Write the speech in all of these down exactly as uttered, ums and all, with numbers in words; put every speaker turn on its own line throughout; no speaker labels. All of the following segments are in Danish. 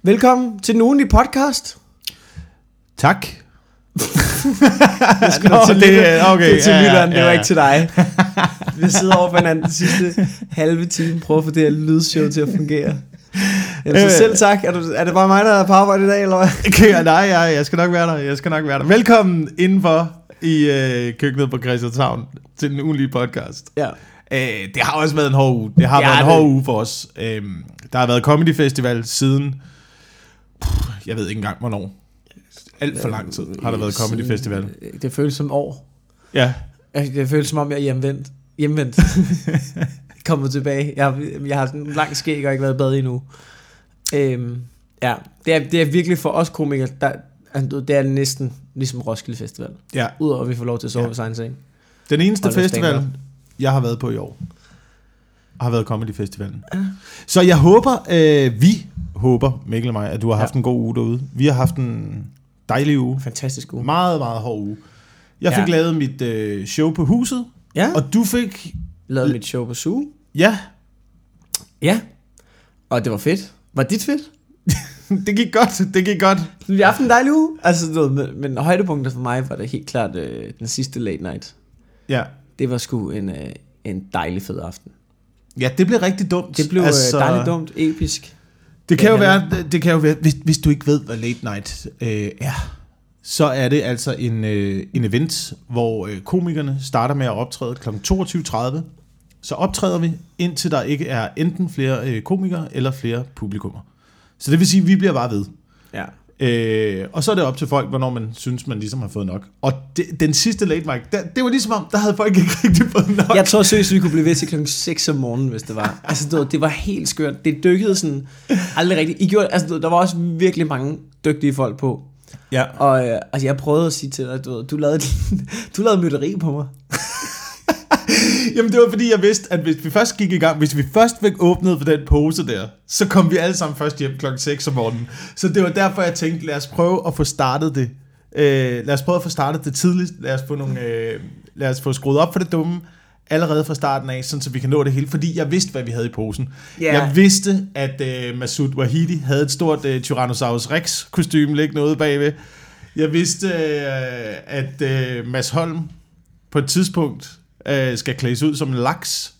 Velkommen til den ugenlige podcast.
Tak.
Det skal
Nå,
til
det,
lytteren.
okay,
Det er til
ja,
lytteren,
ja,
det var
ja.
ikke til dig. Vi sidder over for hinanden den sidste halve time, prøver at få det her lydshow til at fungere. Jamen, så
Øh.
selv tak. Er, du, er det bare mig, der er på arbejde i dag, eller hvad?
Okay, nej, jeg, jeg skal nok være der. Jeg skal nok være der. Velkommen indenfor i øh, køkkenet på Christianshavn til den ugenlige podcast.
Ja.
Øh, det har også været en hård uge. Det har
Ja,
været en
det-
hård uge for os. Øh, der har været Comedy Festival siden, pff, jeg ved ikke engang hvornår. Alt for lang tid har der været Comedy Festival.
Det føles som år.
Ja.
Altså, det føles som om, jeg er hjemvendt. Hjemvendt. Kommet tilbage. Jeg har, jeg har sådan en lang skæg og ikke været i bad endnu. Øhm, ja, det er, det er virkelig for os komikere, der, altså, det er næsten ligesom Roskilde Festival.
Ja.
Udover at vi får lov til at sove
Ja.
ja. på sin seng.
Den eneste
Og lave
festival,
stand-up.
jeg har været på i år, har været Comedy Festivalen. Ja. Så jeg håber, øh, vi håber, Mikkel og mig, at du har haft ja. en god uge derude. Vi har haft en dejlig uge.
Fantastisk uge.
Meget, meget hård uge. Jeg fik
Ja.
lavet mit øh, show på huset,
Ja,
og du fik...
lavede mit show på Zoo.
Ja,
Ja, og det var fedt. Var dit fedt?
det gik godt, det gik godt.
Vi har haft en dejlig uge. Altså, du ved, men, men højdepunktet for mig var det helt klart øh, den sidste late night.
Ja.
Det var sgu en, øh, en dejlig fed aften.
Ja, det blev rigtig dumt.
Det blev altså, dejligt dumt, episk.
Det kan jo
Ja,
være, det kan jo være hvis, hvis du ikke ved, hvad late night øh, er, så er det altså en, øh, en event, hvor øh, komikerne starter med at optræde klokken toogtyve tredive. Så optræder vi, indtil der ikke er enten flere øh, komikere eller flere publikummer. Så det vil sige, at vi bliver bare ved.
Ja.
Øh, og så er det op til folk, hvornår man synes, man ligesom har fået nok. Og det, den sidste late mic, der, det var ligesom om, der havde folk ikke rigtig fået nok.
Jeg tror seriøst, vi kunne blive ved til klokken seks om morgenen, hvis det var. Altså, det var, det var helt skørt. Det dykkede sådan aldrig rigtigt. I gjorde, altså, du ved, der var også virkelig mange dygtige folk på.
Ja.
Og øh, altså, jeg prøvede at sige til dig, du, ved, du lavede, du lavede mytteri på mig.
Jamen det var fordi jeg vidste, at hvis vi først gik i gang, hvis vi først fik åbnet for den pose der, så kom vi alle sammen først hjem klokken seks om morgenen. Så det var derfor jeg tænkte, lad os prøve at få startet det. Øh, lad os prøve at få startet det tidligt. Lad os få nogle, øh, lad os få skruet op for det dumme allerede fra starten af, sådan så vi kan nå det hele. Fordi jeg vidste, hvad vi havde i posen.
Yeah.
Jeg vidste, at øh, Masoud Wahidi havde et stort øh, Tyrannosaurus Rex kostume liggende ude bagved. Jeg vidste, øh, at øh, Mads Holm på et tidspunkt øh, skal klædes ud som en laks.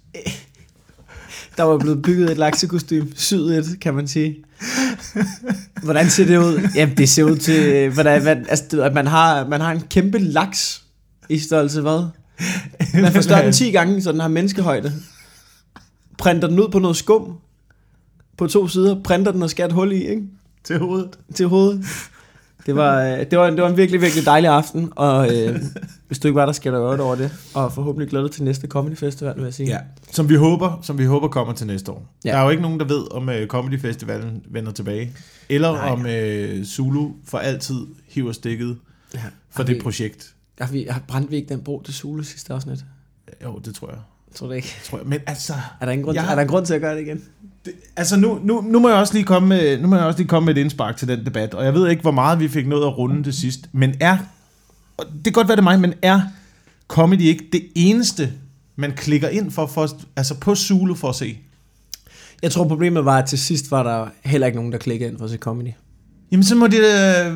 Der var blevet bygget et laksekostym, syet et, kan man sige. Hvordan ser det ud? Jamen, det ser ud til, hvordan, hvad, altså, at man har, man har en kæmpe laks i størrelse, hvad? Man forstørrer den ti gange, så den har menneskehøjde. Printer den ud på noget skum på to sider, printer den og skærer et hul i, ikke?
Til hovedet.
Til hovedet. Det var, det var, det var en virkelig, virkelig dejlig aften, og øh, hvis du ikke var der, skal der gøre det over det, og forhåbentlig glæder dig til næste Comedy Festival, vil jeg sige.
Ja, som vi håber, som vi håber kommer til næste år.
Ja.
Der er jo ikke nogen, der ved, om uh, Comedy Festivalen vender tilbage, eller
Nej.
om uh, Zulu for altid hiver stikket
Ja.
for
Har
det
vi-
projekt.
Har vi har brændt vi ikke den bro til Zulu sidste afsnit?
Jo, det tror jeg.
Jeg tror det ikke.
Tror jeg. Men altså,
Er der, ingen grund,
Jeg
til,
har-
er der en grund til at gøre det igen?
det, altså nu, nu, nu må jeg også lige komme med, nu må jeg også lige komme med et indspark til den debat, og jeg ved ikke, hvor meget vi fik nået at runde til sidst, men er, og det kan godt være det er mig, men er comedy ikke det eneste, man klikker ind for, for altså på Zulu for at se?
Jeg tror problemet var, at til sidst var der heller ikke nogen, der klikkede ind for at se comedy.
Jamen så må det øh,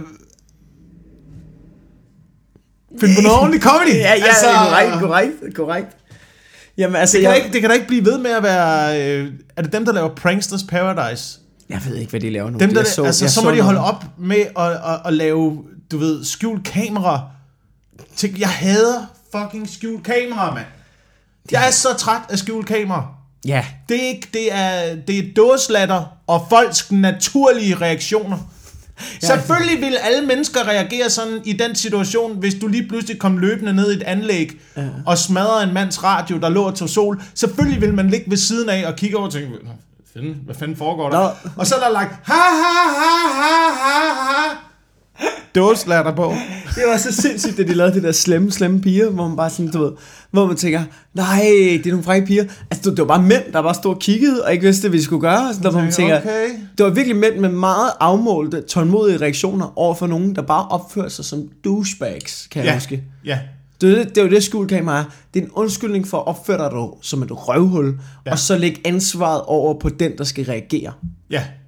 finde på noget ordentligt comedy.
Ja, ja, altså, korrekt, korrekt, korrekt. Jamen altså,
Det kan,
jeg,
da ikke, det kan da ikke blive ved med at være... Øh, er det dem, der laver Pranksters Paradise?
jeg ved ikke, hvad de laver nu.
Dem, der,
Jeg så,
altså,
jeg
så må de
noget.
holde op med at, at, at lave, du ved, skjult kamera. Tænk, jeg hader fucking skjult kamera, mand. Jeg er så træt af skjult kamera.
Ja,
Det er ikke, det er, det er dåslatter og folks naturlige reaktioner.
Ja.
Selvfølgelig vil alle mennesker reagere sådan i den situation, hvis du lige pludselig kom løbende ned i et anlæg
Ja.
og smadrer en mands radio, der lå og tog sol. Selvfølgelig vil man ligge ved siden af og kigge over og tænke, hvad fanden, hvad fanden foregår der?
Nå.
Og så er der lagt ha ha ha ha ha ha dåslatter på.
det var så sindssygt, at de lavede det der slemme, slemme piger, hvor man bare sådan, du ved, hvor man tænker, nej, det er nogle frække piger. Altså, det var bare mænd, der bare stod og kiggede, og ikke vidste, hvad de skulle gøre. Så der, hvor man tænker,
Okay.
det var virkelig mænd med meget afmålte, tålmodige reaktioner over for nogen, der bare opførte sig som douchebags, kan jeg
Ja,
huske.
ja.
Det er jo det, det, er jo det skjulkamera er. Det er en undskyldning for at opføre dig som et røvhul,
Ja.
og så lægge ansvaret over på den, der skal reagere.
Ja,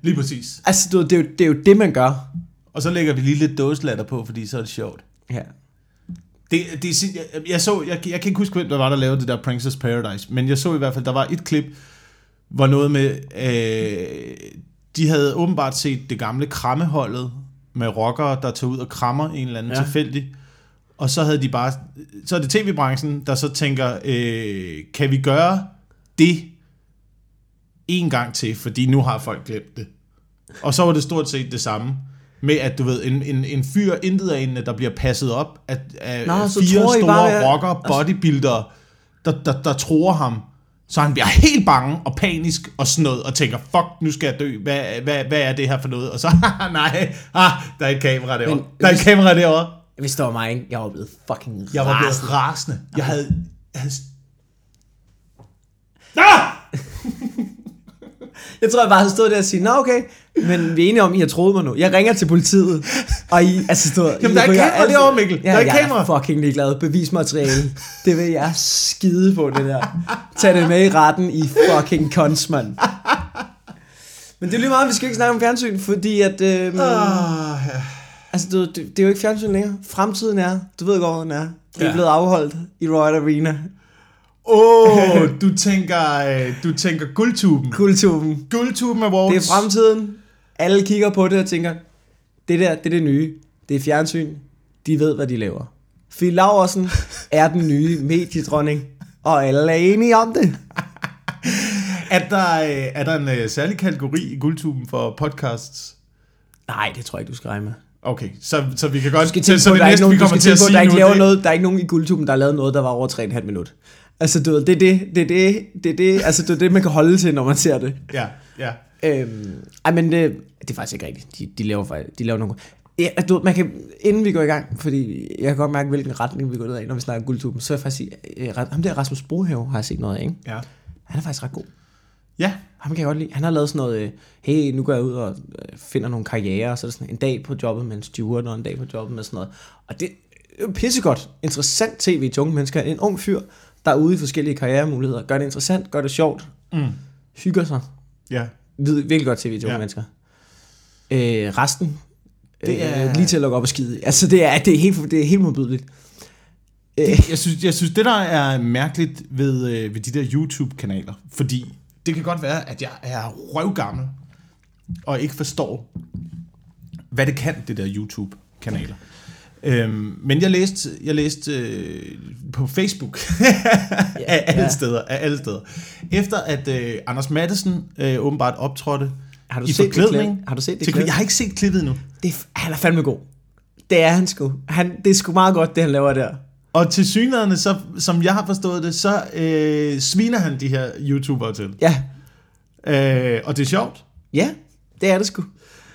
lige præcis.
Altså, du, det, er jo, det er jo det, man gør.
Og så lægger vi lige lidt dåselatter på, fordi så er det sjovt.
Ja.
Det, det, jeg, jeg, så, jeg, jeg kan ikke huske, hvem der var, der lavede det der Princess Paradise, men jeg så i hvert fald, der var et klip, hvor noget med, øh, de havde åbenbart set det gamle krammeholdet med rockere, der tager ud og krammer en eller anden ja. tilfældig, og så havde de bare, så er det tv-branchen, der så tænker, øh, kan vi gøre det en gang til, fordi nu har folk glemt det. Og så var det stort set det samme. Med at, du ved, en, en, en fyr, intet af en, der bliver passet op af, af Nå, fire store bare, rocker, bodybuildere, der, der, der tror ham. Så han bliver helt bange og panisk og sådan noget, og tænker, fuck, nu skal jeg dø. Hvad, hvad, hvad er det her for noget? Og så, nej, ah, der er et kamera derovre. Men, der er et hvis, kamera derovre.
Hvis det var mig, jeg var blevet fucking rasende.
Jeg var blevet rasende. Jeg havde... Jeg havde... Ah!
Jeg tror, jeg bare havde stået der og sige, nå okay, men vi er enige om, I har troet mig nu. Jeg ringer til politiet, og I... Altså, stod,
Jamen, der er kamera derovre, Mikkel.
Ja,
der er
jeg
kamera.
er fucking ligeglad. Bevismateriale. Det vil jeg skide på, det der. Tag det med i retten i fucking konstmand. Men det er lige meget, vi skal ikke snakke om fjernsyn, fordi at... Øhm, oh, ja. Altså, det, det, det er jo ikke fjernsyn længere. Fremtiden er, du ved godt, hvor den er. Det er ja. blevet afholdt i Royal Arena.
Åh, oh, du tænker, du tænker guldtuben.
Guldtuben.
Guldtuben Awards.
Det er fremtiden. Alle kigger på det og tænker, det der, det er det nye. Det er fjernsyn. De ved, hvad de laver. Fie Laursen er den nye mediedronning, og alle er enige om det.
Er der, er der en uh, særlig kategori i guldtuben for podcasts?
Nej, det tror jeg ikke, du skal regne med.
Okay, så, så vi kan godt...
Skal tænke
så
på,
det
der næste,
vi kommer til at sige
der, ikke
nu,
laver
det...
noget, der er ikke nogen i guldtuben, der har lavet noget, der var over tre komma fem minut. Altså, du ved, det er det, det er det, det er det, altså, det er det, man kan holde til, når man ser det.
Ja, ja.
Øhm, ej, men det, det er faktisk ikke rigtigt. De, de laver faktisk, de laver nogle... Ja, du, man kan, inden vi går i gang, fordi jeg kan godt mærke, hvilken retning vi går ned af, når vi snakker guldtuben, så vil jeg faktisk sige, øh, ham der Rasmus Brohave har jeg set noget af, ikke?
Ja.
Han er faktisk ret god.
Ja.
Ham kan jeg godt lide. Han har lavet sådan noget, hey, nu går jeg ud og finder nogle karrierer, så er det sådan en dag på jobbet med en steward, og en dag på jobbet med sådan noget. Og det er pissegodt, interessant tv til unge mennesker. En ung fyr, der er ude i forskellige karrieremuligheder, gør det interessant, gør det sjovt, mm. hygger sig.
Ja.
Virkelig godt tv til unge ja. mennesker. Øh, resten, det er øh, lige til at lukke op og skide. Altså det er, det er helt, det er helt modbydeligt.
Det, jeg, synes, jeg synes, det der er mærkeligt ved, øh, ved de der YouTube-kanaler, fordi det kan godt være, at jeg er røvgammel, og ikke forstår, hvad det kan, det der YouTube-kanaler. Øhm, men jeg læste, jeg læste øh, på Facebook, ja, af alle ja. steder, af alle steder, efter at øh, Anders Matthesen øh, åbenbart optrådte
har du
i
set
forklædning.
Det har du set det
til,
klip?
Jeg har ikke set klippet endnu.
Det, han er fandme god. Det er han sgu. Han, det er sgu meget godt, det han laver der.
Og til synligheden, så, som jeg har forstået det, så øh, sviner han de her YouTubere til.
Ja.
Øh, og det er sjovt.
Ja, det er det sgu.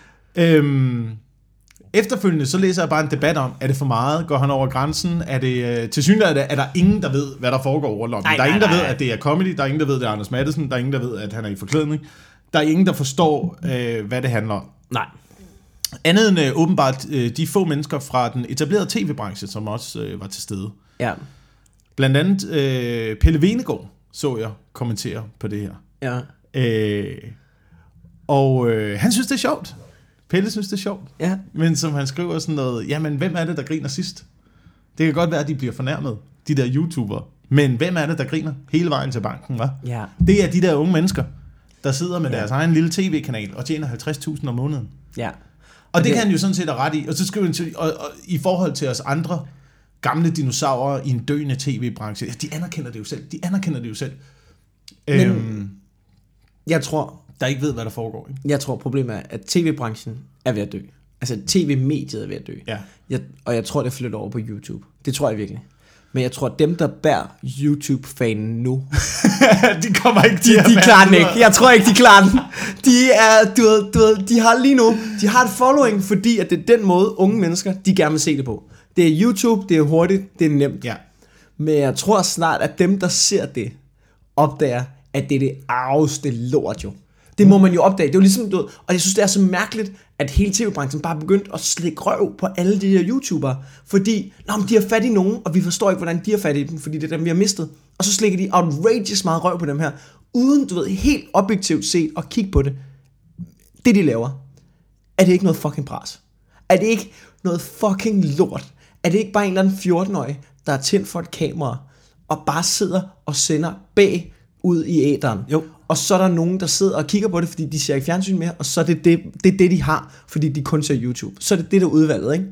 Øhm, efterfølgende, så læser jeg bare en debat om, er det for meget? Går han over grænsen? Er det, øh, til synligheden er der ingen, der ved, hvad der foregår over lommen. Der er ingen, der ved, at det er comedy. Der er ingen, der ved, at det er Anders Matthesen. Der er ingen, der ved, at han er i forklædning. Der er ingen, der forstår, øh, hvad det handler om.
Nej.
Andet end øh, åbenbart øh, de få mennesker fra den etablerede tv-branche, som også øh, var til stede.
Ja.
Blandt andet øh, Pelle Venegård så jeg kommentere på det her.
Ja.
Øh, og øh, han synes, det er sjovt. Pelle synes, det er sjovt.
Ja.
Men som han skriver sådan noget, jamen hvem er det, der griner sidst? Det kan godt være, at de bliver fornærmet, de der YouTubere. Men hvem er det, der griner hele vejen til banken, hva?
Ja.
Det er de der unge mennesker, der sidder med
ja.
deres egen lille tv-kanal og tjener halvtreds tusind om måneden.
Ja.
Og det, det kan han jo sådan set have ret i. Og så skriver han til, og, og, i forhold til os andre gamle dinosaurer i en døende tv-branche, de anerkender det jo selv. De anerkender det jo selv.
Men øhm, jeg tror,
der ikke ved, hvad der foregår. Ikke?
Jeg tror, problemet er, at tv-branchen er ved at dø. Altså tv-mediet er ved at dø.
Ja.
Jeg, og jeg tror, det flytter over på YouTube. Det tror jeg virkelig. Men jeg tror, at dem, der bærer YouTube-fanen nu,
de kommer ikke til
de, de klarer den ikke. Jeg tror ikke, de klarer den. De er, du ved, du ved, de har lige nu, de har et following, fordi at det er den måde, unge mennesker, de gerne vil se det på. Det er YouTube, det er hurtigt, det er nemt.
Ja.
Men jeg tror snart, at dem, der ser det, opdager, at det er det arveste lort jo. Det må man jo opdage. Det er jo ligesom, du ved, og jeg synes, det er så mærkeligt, at hele tv-branchen bare er begyndt at slikke røv på alle de her YouTubere. Fordi, nå, men de har fat i nogen, og vi forstår ikke, hvordan de har fat i dem, fordi det er dem, vi har mistet. Og så slikker de outrageous meget røv på dem her, uden, du ved, helt objektivt set at kigge på det. det de laver, er det ikke noget fucking bras? Er det ikke noget fucking lort? Er det ikke bare en eller anden fjorten-årig, der er tændt for et kamera, og bare sidder og sender bag ud i æderen?
Jo.
Og så er der nogen, der sidder og kigger på det, fordi de ser ikke fjernsyn mere, og så er det det, det, er det de har, fordi de kun ser YouTube. Så er det det, der er udvalget, ikke?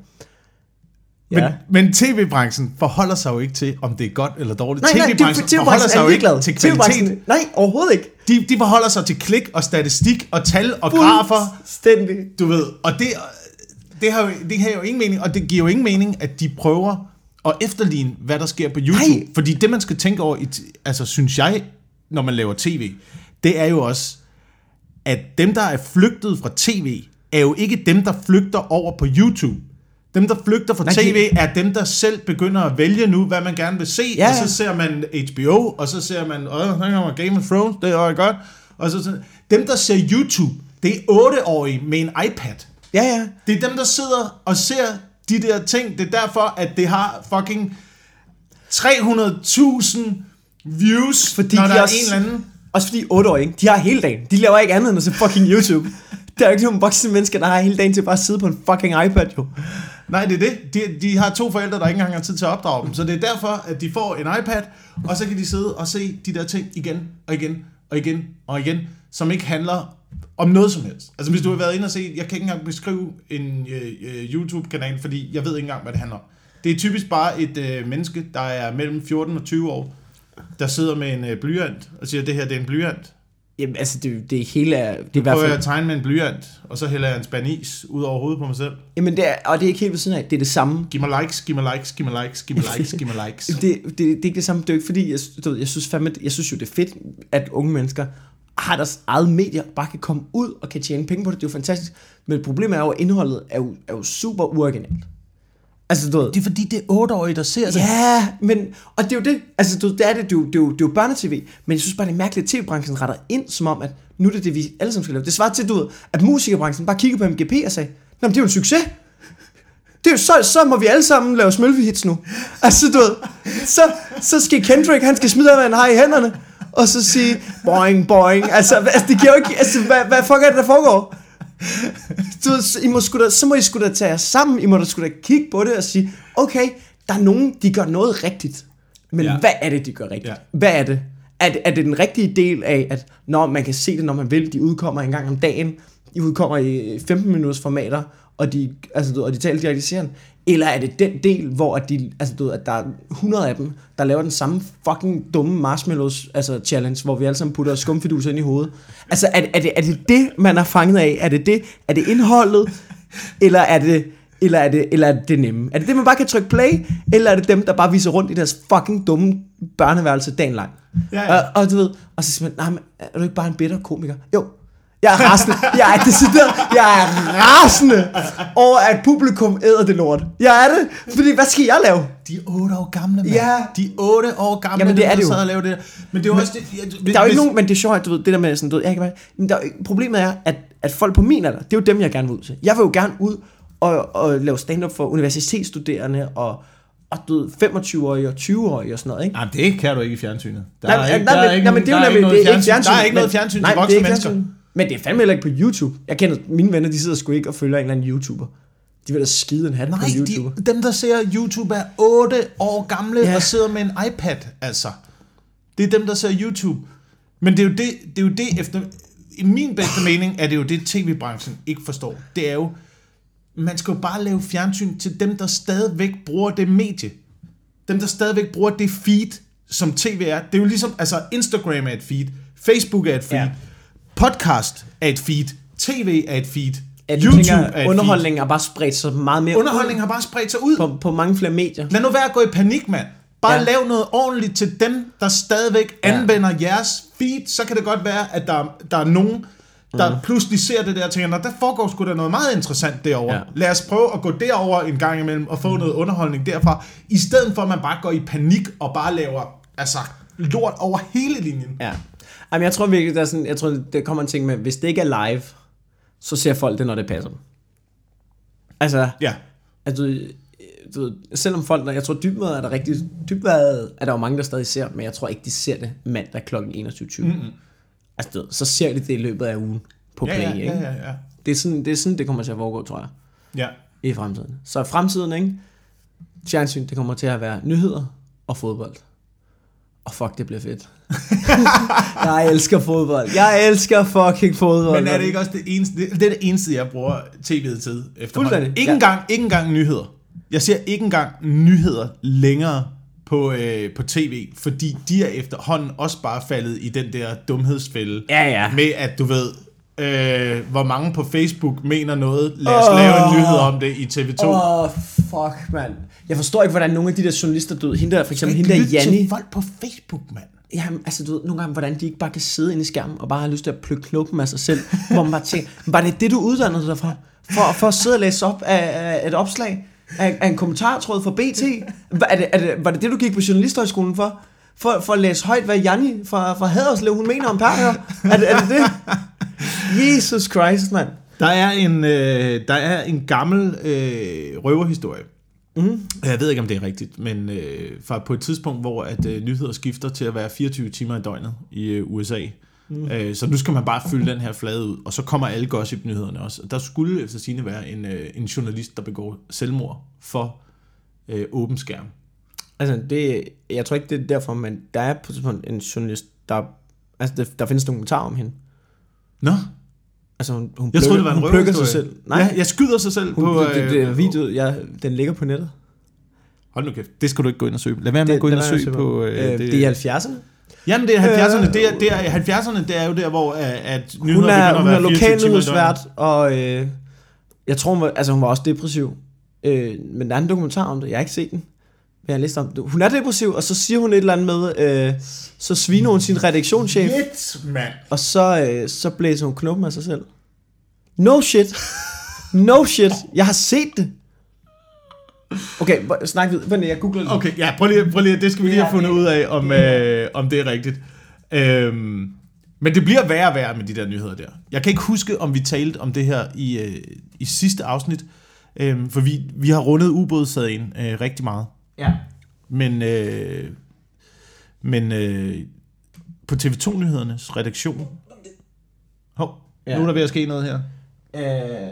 Men,
Ja.
men tv-branchen forholder sig jo ikke til, om det er godt eller dårligt.
Nej, nej,
tv-branchen
det-
forholder sig jo ikke
ligeglad.
til kvalitet.
T V-branchen- Nej, overhovedet ikke.
De, de forholder sig til klik og statistik og tal og grafer.
Fuldstændig.
Du ved, og det, det, har jo, det har jo ingen mening, og det giver jo ingen mening, at de prøver at efterligne, hvad der sker på YouTube.
Nej.
Fordi det, man skal tænke over, i, altså synes jeg, når man laver tv, det er jo også, at dem, der er flygtet fra tv, er jo ikke dem, der flygter over på YouTube. Dem, der flygter fra
Nej,
tv, er dem, der selv begynder at vælge nu, hvad man gerne vil se.
Ja.
Og så ser man H B O, og så ser man, åh, her kommer Game of Thrones, det er jo godt. Og så, så dem, der ser YouTube, det er otteårige med en iPad.
Ja, ja.
Det er dem, der sidder og ser de der ting. Det er derfor, at det har fucking tre hundrede tusind views,
Fordi
når
de
der er
også-
en eller anden.
Også fordi otteårige, de har hele dagen. De laver ikke andet end at se fucking YouTube. Der er jo ikke nogen voksne mennesker, der har hele dagen til bare at sidde på en fucking iPad, jo.
Nej, det er det. De, de har to forældre, der ikke engang har tid til at opdrage dem. Så det er derfor, at de får en iPad, og så kan de sidde og se de der ting igen og igen og igen og igen, som ikke handler om noget som helst. Altså hvis du har været inde og set, jeg kan ikke engang beskrive en øh, YouTube-kanal, fordi jeg ved ikke engang, hvad det handler om. Det er typisk bare et øh, menneske, der er mellem fjorten og tyve år, der sidder med en øh, blyant og siger, at det her det er en blyant.
Jamen, altså, det, det hele er... Det er i
Nu
hvert
prøver jeg
fald...
at tegne med en blyant, og så hælder jeg en spand is ud over hovedet på mig selv.
Jamen, det er, og det er ikke helt ved siden af. Det er det samme.
Giv mig likes, giv mig likes, giv mig likes, giv mig likes, giv mig likes.
Det, det, det er ikke det samme. Det er jo ikke fordi, jeg, du ved, jeg synes fandme, jeg synes jo, det er fedt, at unge mennesker har deres eget medier, bare kan komme ud og kan tjene penge på det. Det er jo fantastisk. Men problemet er jo, at indholdet er jo, er jo super uoriginalt. Altså, du ved...
Det er fordi, det er otteårige, der ser det.
Ja, men, og det er jo det, altså du, det er det, det er jo, det er jo, det er jo børnetv, men jeg synes bare, det er mærkeligt, at tv-branchen retter ind, som om, at nu er det det, vi alle sammen skal lave. Det svarer til, du ved, at musikerbranchen bare kigger på M G P og sagde, nå, men det er jo en succes. Det er jo, så, så må vi alle sammen lave smølfehits nu. Altså, du ved, så, så skal Kendrick, han skal smide af, hvad han har i hænderne, og så sige, boing, boing. Altså, altså det giver jo ikke, altså, hvad, hvad fuck er det, der foregår? Du, så, I må sgu da, så må I sgu da tage jer sammen. I må da sgu da kigge på det og sige, okay, der er nogen, de gør noget rigtigt. Men
Ja.
ja. hvad er det, de gør rigtigt?
Ja.
Hvad er det? Er, det? er det den rigtige del af, at når man kan se det, når man vil, de udkommer en gang om dagen, de udkommer i femten minutters formater, og de, altså, du, og de taler direkte i serien? Eller er det den del, hvor at de, altså, du, at der er hundrede af dem, der laver den samme fucking dumme marshmallows altså challenge, hvor vi alle sammen putter skumfiduser ind i hovedet? Altså, er det, er det, er det det, man er fanget af? Er det det? Er det indholdet? Eller er det, eller er det, eller er det det nemme? Er det det, man bare kan trykke play? Eller er det dem, der bare viser rundt i deres fucking dumme børneværelse dagen lang?
Ja, ja.
Og, og du ved, og så siger man, nej, men er du ikke bare en bitter komiker? Jo. Jeg er rasende. Jeg er decideret. Jeg er rasende over, at publikum æder det lort. Jeg er det. Fordi, hvad skal jeg lave?
De er otte år gamle, mand.
Ja.
De er otte år gamle,
Jamen, det er
der
det jo.
sad og lavede det der. Men det er jo også det... Jeg,
Der er jo ikke nogen, men det er sjovt, du ved, det der med sådan, du ved, jeg kan bare, men der er, jo- problemet er, at, at folk på min alder, det er jo dem, jeg gerne vil ud til. Jeg vil jo gerne ud og, og lave stand-up for universitetsstuderende og, og du ved, femogtyve-årige og tyve-årige og sådan noget, ikke?
Nej, det kan du ikke i fjernsynet. Der
Nej,
er
nej,
ikke,
nej,
der er
men-
ikke,
nej, men det er jo
der er
nemlig,
ikke
det er
noget
ikke fjernsyn.
Der er ikke noget
men-
fjernsyn
nej,
til
det er
voksne
ikke
mennesker.
fjernsyn. Men det er fandme heller ikke på YouTube. Jeg kender, mine venner, de sidder sgu ikke og følger en eller anden YouTuber. De vil da skide en hat
Nej,
på en YouTuber.
de, dem der ser YouTube er otte år gamle
Ja.
og sidder med en iPad, altså. Det er dem, der ser YouTube. Men det er jo det, det, er jo det efter... I min bedste mening er det jo det, tv-branchen ikke forstår. Det er jo, man skal jo bare lave fjernsyn til dem, der stadigvæk bruger det medie. Dem, der stadigvæk bruger det feed, som tv er. Det er jo ligesom, altså Instagram er et feed, Facebook er et feed,
Ja.
podcast er et feed, tv er et feed,
Ja, du
YouTube
tænker,
er et
underholdningen har bare spredt sig meget mere
feed. Underholdningen har bare spredt sig ud.
på, på mange flere medier.
Lad nu være at gå i panik, mand. Bare ja.
Ja.
lav noget ordentligt til dem, der stadigvæk
Ja.
anvender jeres feed. Så kan det godt være, at der, der er nogen, der mm. pludselig ser det der og tænker, der foregår sgu da noget meget interessant derovre. Ja.
Ja.
Lad os prøve at gå derover en gang imellem og få mm. noget underholdning derfra, i stedet for at man bare går i panik og bare laver altså, lort over hele linjen.
Ja. Jamen, jeg tror virkelig, der er sådan, jeg tror, der kommer en ting med, hvis det ikke er live, så ser folk det, når det passer dem. Altså,
Ja.
altså du, du ved, selvom folk, jeg tror Dybvad er der rigtig, Dybvad er der jo mange, der stadig ser, men jeg tror ikke, de ser det mandag klokken enogtyve tyve. Mm-hmm. Altså, du ved, så ser de det i løbet af ugen. på
ja,
Play,
ja,
ikke?
ja, ja, ja.
Det er, sådan, det er sådan, det kommer til at foregå, tror jeg,
Ja.
i fremtiden. Så i fremtiden, ikke? Fjernsyn, det kommer til at være nyheder og fodbold. Og fuck, det bliver fedt. Jeg elsker fodbold. Jeg elsker fucking fodbold.
Men er det ikke også det eneste, det, det er det eneste, jeg bruger tv'et til efterhånden?
Fuldstændig.
Ikke
Ja.
engang, ikke engang nyheder. Jeg ser ikke engang nyheder længere på, øh, på tv, fordi de er efterhånden også bare faldet i den der dumhedsfælde.
Ja, ja.
Med at du ved, øh, hvor mange på Facebook mener noget. Lad os
Åh.
lave en nyhed om det i T V to.
Åh, oh, fuck, mand. Jeg forstår ikke, hvordan nogle af de der journalister døde. Hende der, for eksempel, hende der
Lyt
Janni.
til folk på Facebook, mand.
Jamen, altså, du ved, nogle gange, hvordan de ikke bare kan sidde inde i skærmen og bare have lyst til at plukke knoppen af sig selv. Hvor man bare tænker, var det det, du uddannede dig fra? For, for at sidde og læse op af, af et opslag? Af, af en kommentartråd fra B T? Er det, er det, var det det, du gik på journalisthøjskolen for? For, for at læse højt, hvad Janni fra, fra Haderslev, hun mener om perker? Er det er det? det? Jesus Christ, mand.
Der er en, øh, der er en gammel øh, røverhistorie.
Mm.
Jeg ved ikke, om det er rigtigt, men øh, fra på et tidspunkt, hvor at øh, nyheder skifter til at være fireogtyve timer i døgnet i øh, U S A. Mm. Øh, så nu skal man bare fylde den her flade ud, og så kommer alle gossip-nyhederne også. Der skulle efter sigende være en, øh, en journalist, der begår selvmord for øh, åben skærm.
Altså, det, jeg tror ikke, det er derfor, men der er på et tidspunkt en journalist, der, altså, der, der findes dokumentar om hende.
Nå?
Altså, hun, hun
Jeg troede, det var en
hun plukker sig
røverhistorie.
selv. Nej,
Ja, jeg skyder sig selv
hun,
på...
det, det, det er
øh,
video, ja, den ligger på nettet.
Hold nu kæft, det skal du ikke gå ind og søge på. Lad være med at gå ind og søge på... Øh,
øh, det er i halvfjerdserne.
Jamen, det er halvfjerdserne. Det er, det er, halvfjerdserne, det er jo der, hvor at, at nyheder
Hun er,
begynder
hun
at
er
være fireogtyve timer i
lokalnyhedsvært, og øh, jeg tror, hun var, altså, hun var også depressiv. Øh, men der er en dokumentar om det, jeg har ikke set den. Men jeg har læst om det. Hun er depressiv, og så siger hun et eller andet med, øh, så sviner hun sin redaktionschef,
Shit, mand.
og så, øh, så blæser hun knoppen af sig selv. No shit. No shit. Jeg har set det. Okay, snak videre. Vent, jeg googler det.
Okay, ja, prøv lige, prøv lige, det skal vi lige have fundet ud af, om, øh, om det er rigtigt. Øhm, men det bliver værre og værre med de der nyheder der. Jeg kan ikke huske, om vi talte om det her i, øh, i sidste afsnit, øh, for vi, vi har rundet ubådssagen øh, rigtig meget.
Ja.
Men, øh, men øh, på T V to-nyhedernes redaktion... Hov,
Ja.
nu er der ved at ske noget her.
Øh,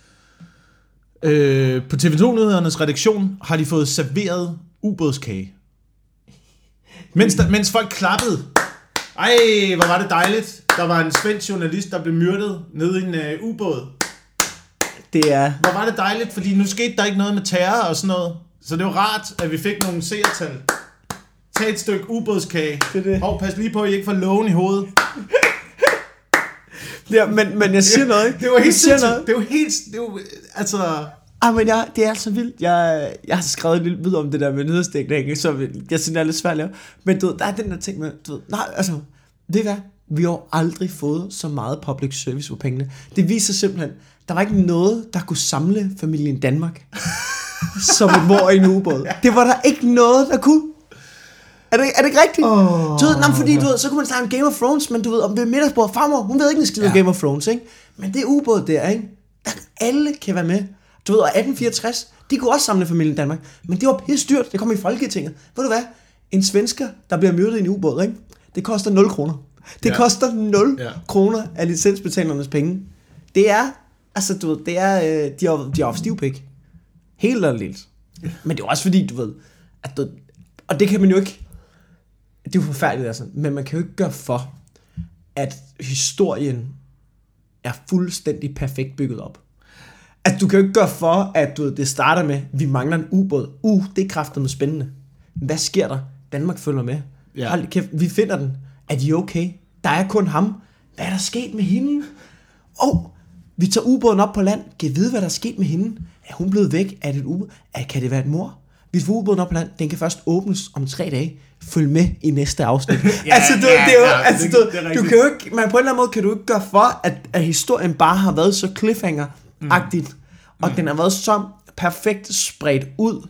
Øh, på T V to-nyhedernes redaktion har de fået serveret ubådskage. Mens, der, mens folk klappede. Ej, hvor var det dejligt. Der var en svensk journalist, der blev myrdet nede i en øh, ubåd.
det er...
Hvor var det dejligt, fordi nu skete der ikke noget med terror og sådan noget. Så det var rart, at vi fik nogle seertal. Tag et stykke ubådskage.
Det er det.
Og pas lige på, at I ikke får lågen i hovedet.
Ja, men, men jeg siger noget, ikke?
Det var helt
Jeg siger
sindssygt.
noget.
Det var helt... Det var, altså...
Ah, men jeg, det er altså vildt. Jeg, jeg har skrevet lidt videre om det der med nyhedsdækning, så jeg synes, det er lidt svært at lave. Men du ved, der er den der ting med, du ved, nej, altså, det er hvad? Vi har jo aldrig fået så meget public service for pengene. Det viser simpelthen, der var ikke noget, der kunne samle familien Danmark som et mor i en ubåd. Det var der ikke noget, der kunne. Er det, er det ikke rigtigt? Oh. Du ved, nej, fordi du ved, så kunne man snakke om Game of Thrones, men du ved, om ved middagsbord, farmor, hun ved ikke en skid om
Ja.
Game of Thrones, ikke? Men det ubåd der, ikke? Der, alle kan være med. Du ved, og atten fireogtres, de kunne også samle familien Danmark, men det var pisse dyrt, det kom i Folketinget. Ved du hvad? En svensker, der bliver myrdet i en ubåd, ikke? Det koster nul kroner. Det
Ja.
koster nul
Ja.
kroner af licensbetalernes penge. Det er, altså du ved, det er, øh, de har, de har haft stivpik. Helt og lidt. Men det er også fordi, du ved, at du, og det kan man jo ikke, det er jo forfærdeligt altså, men man kan jo ikke gøre for, at historien er fuldstændig perfekt bygget op. Altså, du kan jo ikke gøre for, at du ved, det starter med, vi mangler en ubåd. Uh, det er kraftedeme spændende. Hvad sker der? Danmark følger med.
Ja.
Hold kæft, vi finder den. Er de okay? Der er kun ham. Hvad er der sket med hende? Åh, oh, vi tager ubåden op på land. Kan vide, hvad der er sket med hende? Er hun blevet væk? Er det et ubåd? Kan det være et mor? Vi får ubåden op på land. Den kan først åbnes om tre dage. Følg med i næste afsnit.
Ja,
altså, du,
ja,
det er jo,
ja,
altså,
det-
du,
det er
du
rigtigt.
kan jo ikke, men på en eller anden måde kan du ikke gøre for, at, at historien bare har været så cliffhanger-agtigt, mm. og mm. den har været så perfekt spredt ud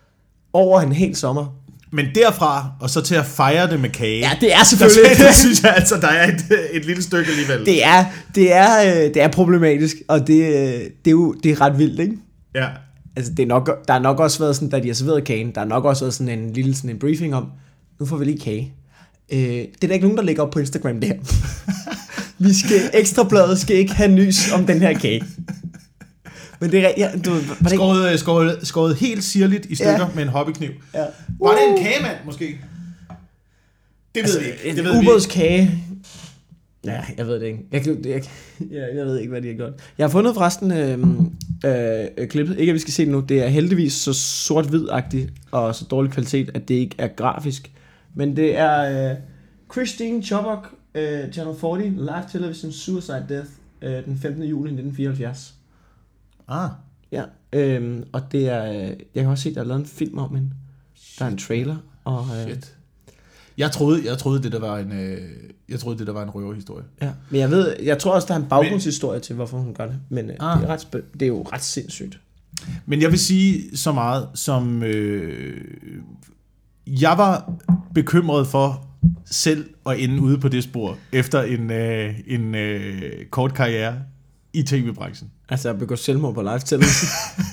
over en hel sommer.
Men derfra, og så til at fejre det med kage.
Ja, det er
Der,
selvfølgelig.
der synes jeg altså, der er et, et lille stykke alligevel.
det er, det er, øh, det er problematisk, og det, øh, det er jo det er ret vildt, ikke?
Ja.
Altså, det er nok, der har nok også været sådan, da de har serveret kagen, der har nok også været sådan en lille sådan en briefing om, nu får vi lige kage. Øh, det er der ikke nogen, der lægger op på Instagram, det her. Vi skal, Ekstrabladet skal ikke have nys om den her kage. Men det er ja, du, var det
skåret, ikke? skåret, skåret helt sirligt i stykker ja. med en hobbykniv. Ja. Var det en kagemand, måske? Det
altså,
ved vi ikke.
En ubådskage. Ja, jeg ved det ikke. Jeg, jeg, jeg, jeg ved ikke, hvad de har gjort. Jeg har fundet forresten øh, øh, klippet. Ikke, at vi skal se det nu. Det er heldigvis så sort-hvid-agtigt og så dårlig kvalitet, at det ikke er grafisk. Men det er øh, Christine Chubbuck, øh, Channel fyrre, Live Television Suicide Death, øh, den femtende juli nitten fireoghalvfjerds.
Ah.
Ja, øh, og det er... Jeg kan også se, der er lavet en film om hende. Der er en trailer. Og, øh,
Shit. Jeg troede, jeg troede det der var en, øh, jeg troede det der var en røverhistorie.
Ja, men jeg ved, jeg tror også der er en baggrundshistorie til hvorfor hun gør det, men øh, ah. det, er ret spæ- det er jo ret sindssygt.
Men jeg vil sige så meget som øh, jeg var bekymret for selv at ende ude på det spor efter en øh, en øh, kort karriere i tv-branchen.
Altså at begå selvmord på live television.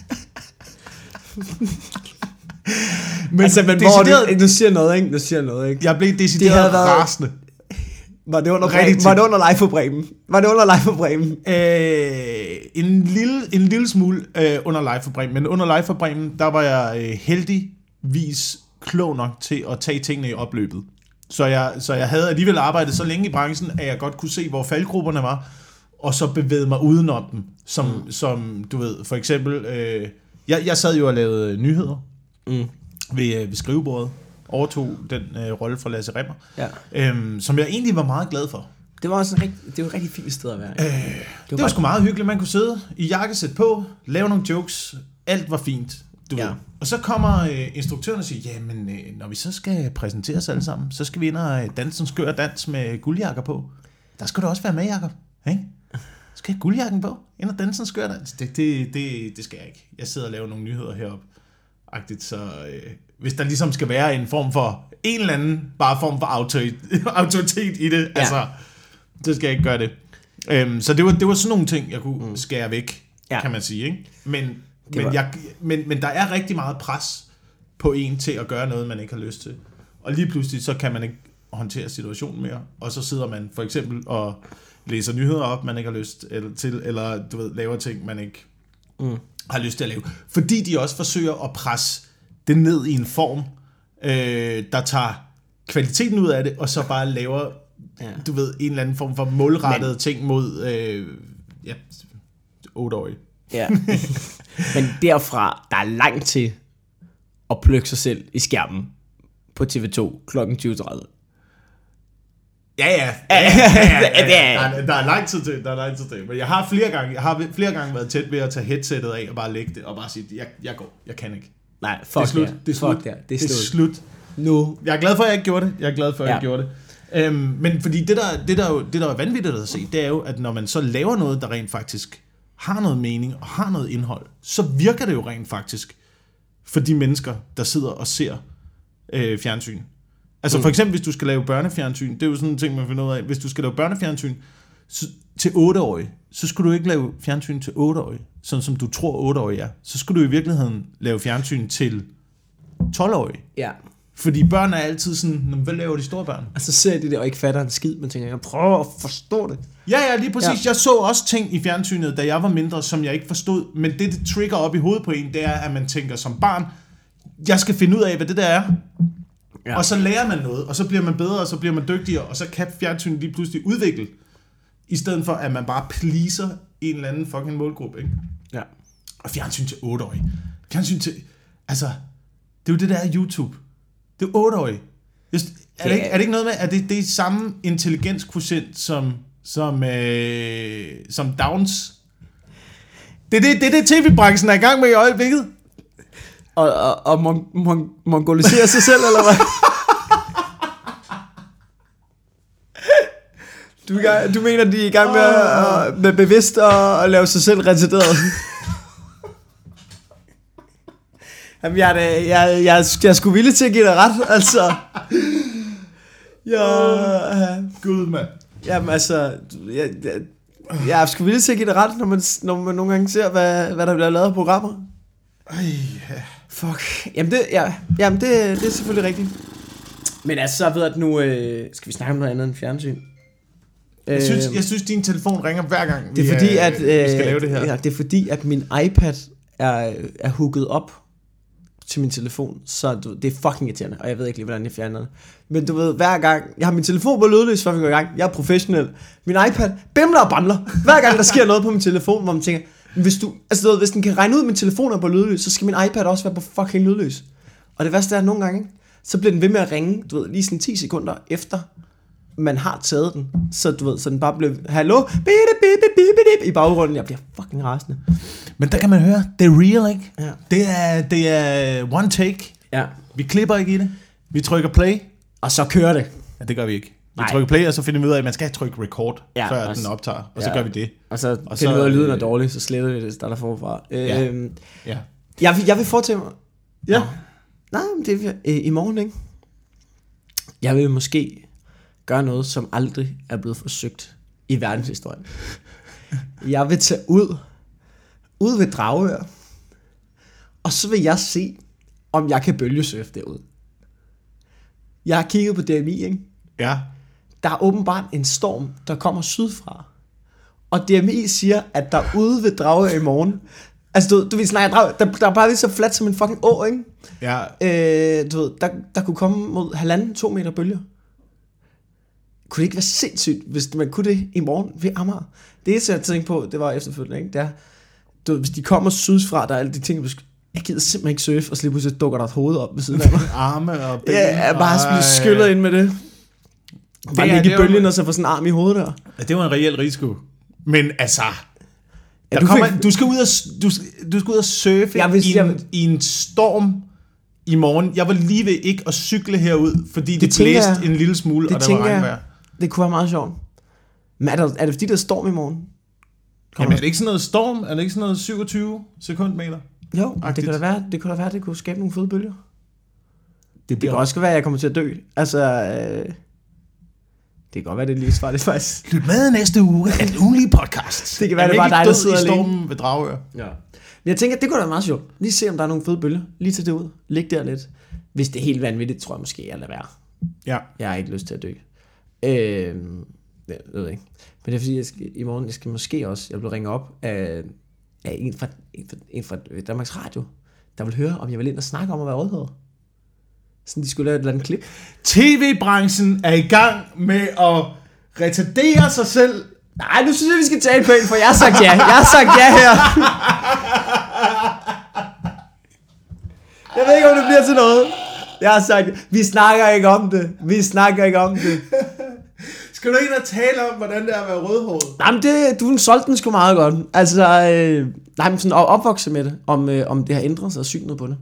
Men, altså, men hvor du, du siger noget, ikke? Du siger noget, ikke?
Jeg blev decideret det rasende.
Var det under Bremen? Var det under Live for Bremen? Var det under Live for Bremen?
Øh, en lille en lille smule øh, under Live for Bremen, men under Live for Bremen, der var jeg øh, heldigvis klog nok til at tage tingene i opløbet. Så jeg så jeg havde alligevel arbejdet så længe i branchen, at jeg godt kunne se, hvor faldgrupperne var, og så bevægede mig udenom dem, som mm. som du ved, for eksempel øh, jeg jeg sad jo og lavede nyheder. Mm. Ved, ved skrivebordet, overtog den øh, rolle fra Lasse Rimmer, ja. øhm, som jeg egentlig var meget glad for.
Det var også en rigtig, det var et rigtig fint sted at være.
Øh, det var, det var sgu meget hyggeligt, man kunne sidde i jakkesæt på, lave nogle jokes, alt var fint. Du ja. ved. Og så kommer øh, instruktøren og siger, jamen øh, når vi så skal præsentere os alle sammen, så skal vi ind og danse en skør dans med guldjakker på. Der skal du også være med, Jacob. Ikke? Skal jeg have guldjakken på? Ind og danse en skør dans? Det, det, det, det skal jeg ikke. Jeg sidder og laver nogle nyheder heroppe. Så øh, hvis der ligesom skal være en form for en eller anden bare form for autoritet, autoritet i det, ja. altså så skal jeg ikke gøre det. Øhm, så det var det var sådan nogle ting jeg kunne mm. skære væk, ja. kan man sige, ikke? Men men, var... jeg, men men der er rigtig meget pres på en til at gøre noget man ikke har lyst til. Og lige pludselig så kan man ikke håndtere situationen mere, og så sidder man for eksempel og læser nyheder op man ikke har lyst eller til, eller du ved laver ting man ikke mm. har lyst til at lave. Fordi de også forsøger at presse det ned i en form, øh, der tager kvaliteten ud af det, og så bare laver, ja. du ved, en eller anden form for målrettede Men, ting mod øh, ja, otteårige.
Ja. Men derfra, der er langt til at plukke sig selv i skærmen på T V to klokken tyve tredive.
Ja, ja. ja, ja, ja, ja, ja. Der, er, der er lang tid til, der er lang tid til. Men jeg har flere gange, jeg har flere gange været tæt ved at tage headsettet af og bare lægge det og bare sige, jeg, jeg går, jeg kan ikke.
Nej, fuck det er slut. Det er slut. Det er,
det er slut. slut. Nu. Jeg er glad for, at jeg ikke gjorde det. Jeg er glad for, at ja. jeg ikke gjorde det. Øhm, men fordi det der, det, der jo, det, der er vanvittigt at se, det er jo, at når man så laver noget, der rent faktisk har noget mening og har noget indhold, så virker det jo rent faktisk for de mennesker, der sidder og ser øh, fjernsyn. Altså for eksempel, hvis du skal lave børnefjernsyn, det er jo sådan en ting, man finder ud af. Hvis du skal lave børnefjernsyn så, til otteårige, så skulle du ikke lave fjernsyn til otteårige, sådan som du tror otteårige er. Så skulle du i virkeligheden lave fjernsyn til tolv-årige.
Ja.
Fordi børn er altid sådan, hvad laver de store børn?
Og så ser de det og ikke fatter en skid, men tænker, jeg prøver at forstå det.
Ja, ja, lige præcis. Ja. Jeg så også ting i fjernsynet, da jeg var mindre, som jeg ikke forstod. Men det, det trigger op i hovedet på en, det er, at man tænker som barn, jeg skal finde ud af, hvad det der er. Ja. Og så lærer man noget, og så bliver man bedre, og så bliver man dygtigere, og så kan fjernsynet lige pludselig udvikle, i stedet for, at man bare pleaser en eller anden fucking målgruppe, ikke?
Ja.
Og fjernsyn til otteårige. Fjernsyn til, altså, det er jo det, der er YouTube. Det er otteårige. Er det, ikke, er det ikke noget med, at det, det er samme intelligenskvotient som, som, øh, som Downs? Det er det, det, det T V-branchen er i gang med i øjeblikket.
Og, og, og mon, mon, mongoliserer sig selv, eller hvad? Du, du mener, de er i gang med, at, med bevidst at, at lave sig selv retarderet? Jamen, jeg er, jeg, jeg, jeg, jeg er sgu villig til at give dig ret, altså. Jeg, uh,
Gud, mand.
Jamen, altså, jeg, jeg, jeg er sgu villig til at give dig ret, når man, når man nogle gange ser, hvad, hvad der bliver lavet af programmer.
Ej, ja.
Fuck. Jamen, det, ja, jamen det, det er selvfølgelig rigtigt. Men altså, så ved jeg, at nu øh, skal vi snakke om noget andet end fjernsyn.
Jeg synes, jeg synes, din telefon ringer hver gang, vi,
det er fordi, at,
øh, vi skal lave det her.
Ja, det er fordi, at min iPad er, er hooket op til min telefon, så du, det er fucking irriterende, og jeg ved ikke lige, hvordan jeg fjerner det. Men du ved, hver gang, jeg har min telefon på lydløs, før vi går i gang, jeg er professionel, min iPad bimler og bamler, hver gang der sker noget på min telefon, hvor man tænker, hvis, du, altså, du ved, hvis den kan regne ud, at min telefon er på lydløs, så skal min iPad også være på fucking lydløs. Og det værste er, at nogle gange, så bliver den ved med at ringe, du ved, lige sådan ti sekunder efter, man har taget den, så du ved, så den bare blev, hallo, i baggrunden, jeg bliver fucking rasende.
Men der kan man høre, det er real, ikke?
Ja.
Det er, det er one take.
Ja.
Vi klipper ikke i det. Vi trykker play.
Og så kører det.
Ja, det gør vi ikke. Vi
Nej.
trykker play, og så finder vi ud af, at man skal trykke record,
ja,
før
også,
den optager. Og
ja.
så gør vi det.
Og så
og
finder vi ud af, at lyden er
øh,
dårlig, så sletter vi det, der der forfra.
Ja.
Øhm,
ja.
jeg, vil, jeg vil foretælle mig...
Ja.
Nå. Nej, men det er øh, i morgen, ikke? Jeg vil måske gøre noget, som aldrig er blevet forsøgt i verdenshistorien. Jeg vil tage ud, ud ved Dragør, og så vil jeg se, om jeg kan bølgesurfe derude. Jeg har kigget på D M I, ikke?
Ja.
Der er åbenbart en storm, der kommer sydfra. Og D M I siger, at der ude ved Dragør i morgen, altså du, du ved, snakke Dragør, der, der er bare lige så fladt som en fucking å, ikke?
Ja.
Øh, du ved, der, der kunne komme mod halvanden, to meter bølger. Kunne det ikke være sindssygt, hvis man kunne det i morgen ved Amager? Det eneste, jeg tænkte på, det var efterfølgende, ikke? Det er, du ved, hvis de kommer sydfra, der er alle de ting, jeg gider simpelthen ikke surfe, og så lige pludselig dukker der et hoved op ved siden af mig.
Arme og ben.
Ja, jeg bare blive skyllet ind med det. Bare ligge i bølgen, og så få sådan en arm i hovedet der.
Ja, det var en reel risiko. Men altså...
Ja,
du,
du,
kommer,
fik...
du, skal ud og, du, skal, du skal ud og surfe
jeg vil,
i, en,
jeg...
i en storm i morgen. Jeg var lige ved ikke at cykle herud, fordi det, det blæste jeg, en lille smule,
det
og der var regnvejr.
Jeg, det kunne være meget sjovt. Men er, der, er det fordi, der er storm i morgen?
Kommer Jamen er det ikke sådan noget storm? Er det ikke sådan noget syvogtyve sekundmeter?
Jo, det kunne da være, det kunne da være, det kunne skabe nogle fede bølger. Det, det kan også være, at jeg kommer til at dø. Altså, øh, det kan godt være, det er lige svaret faktisk.
Lyt med næste uge af den ugenlige podcast.
Det kan være, det bare dig, der sidder
alene. i stormen ved Dragør.
Ja. Men jeg tænker, det kunne da være meget sjovt. Lige se, om der er nogle fede bølger. Lige tage det ud. Læg der lidt. Hvis det er helt vanvittigt, tror jeg måske, jeg lader være.
Ja.
Jeg har ikke lyst til at dø. Øh, jeg ved ikke. Men det er fordi, jeg skal, i morgen, jeg skal måske også, jeg vil ringe op af, af en, fra, en, fra, en fra Danmarks Radio, der vil høre, om jeg vil ind og snakke om at være rødhåret. Sådan, de skulle lave et eller andet klip.
T V-branchen er i gang med at retardere sig selv.
Nej, nu synes jeg, vi skal tale pænt, for jeg har sagt ja. Jeg har sagt ja her. Jeg ved ikke, om det bliver til noget. Jeg har sagt, vi snakker ikke om det. Vi snakker ikke om det.
Skal du ind og tale om, hvordan det er at være rødhåret?
Nej, men det, du solgte den sgu meget godt. Altså, øh, nej, men sådan opvokse med det, om, øh, om det har ændret sig og synet på det.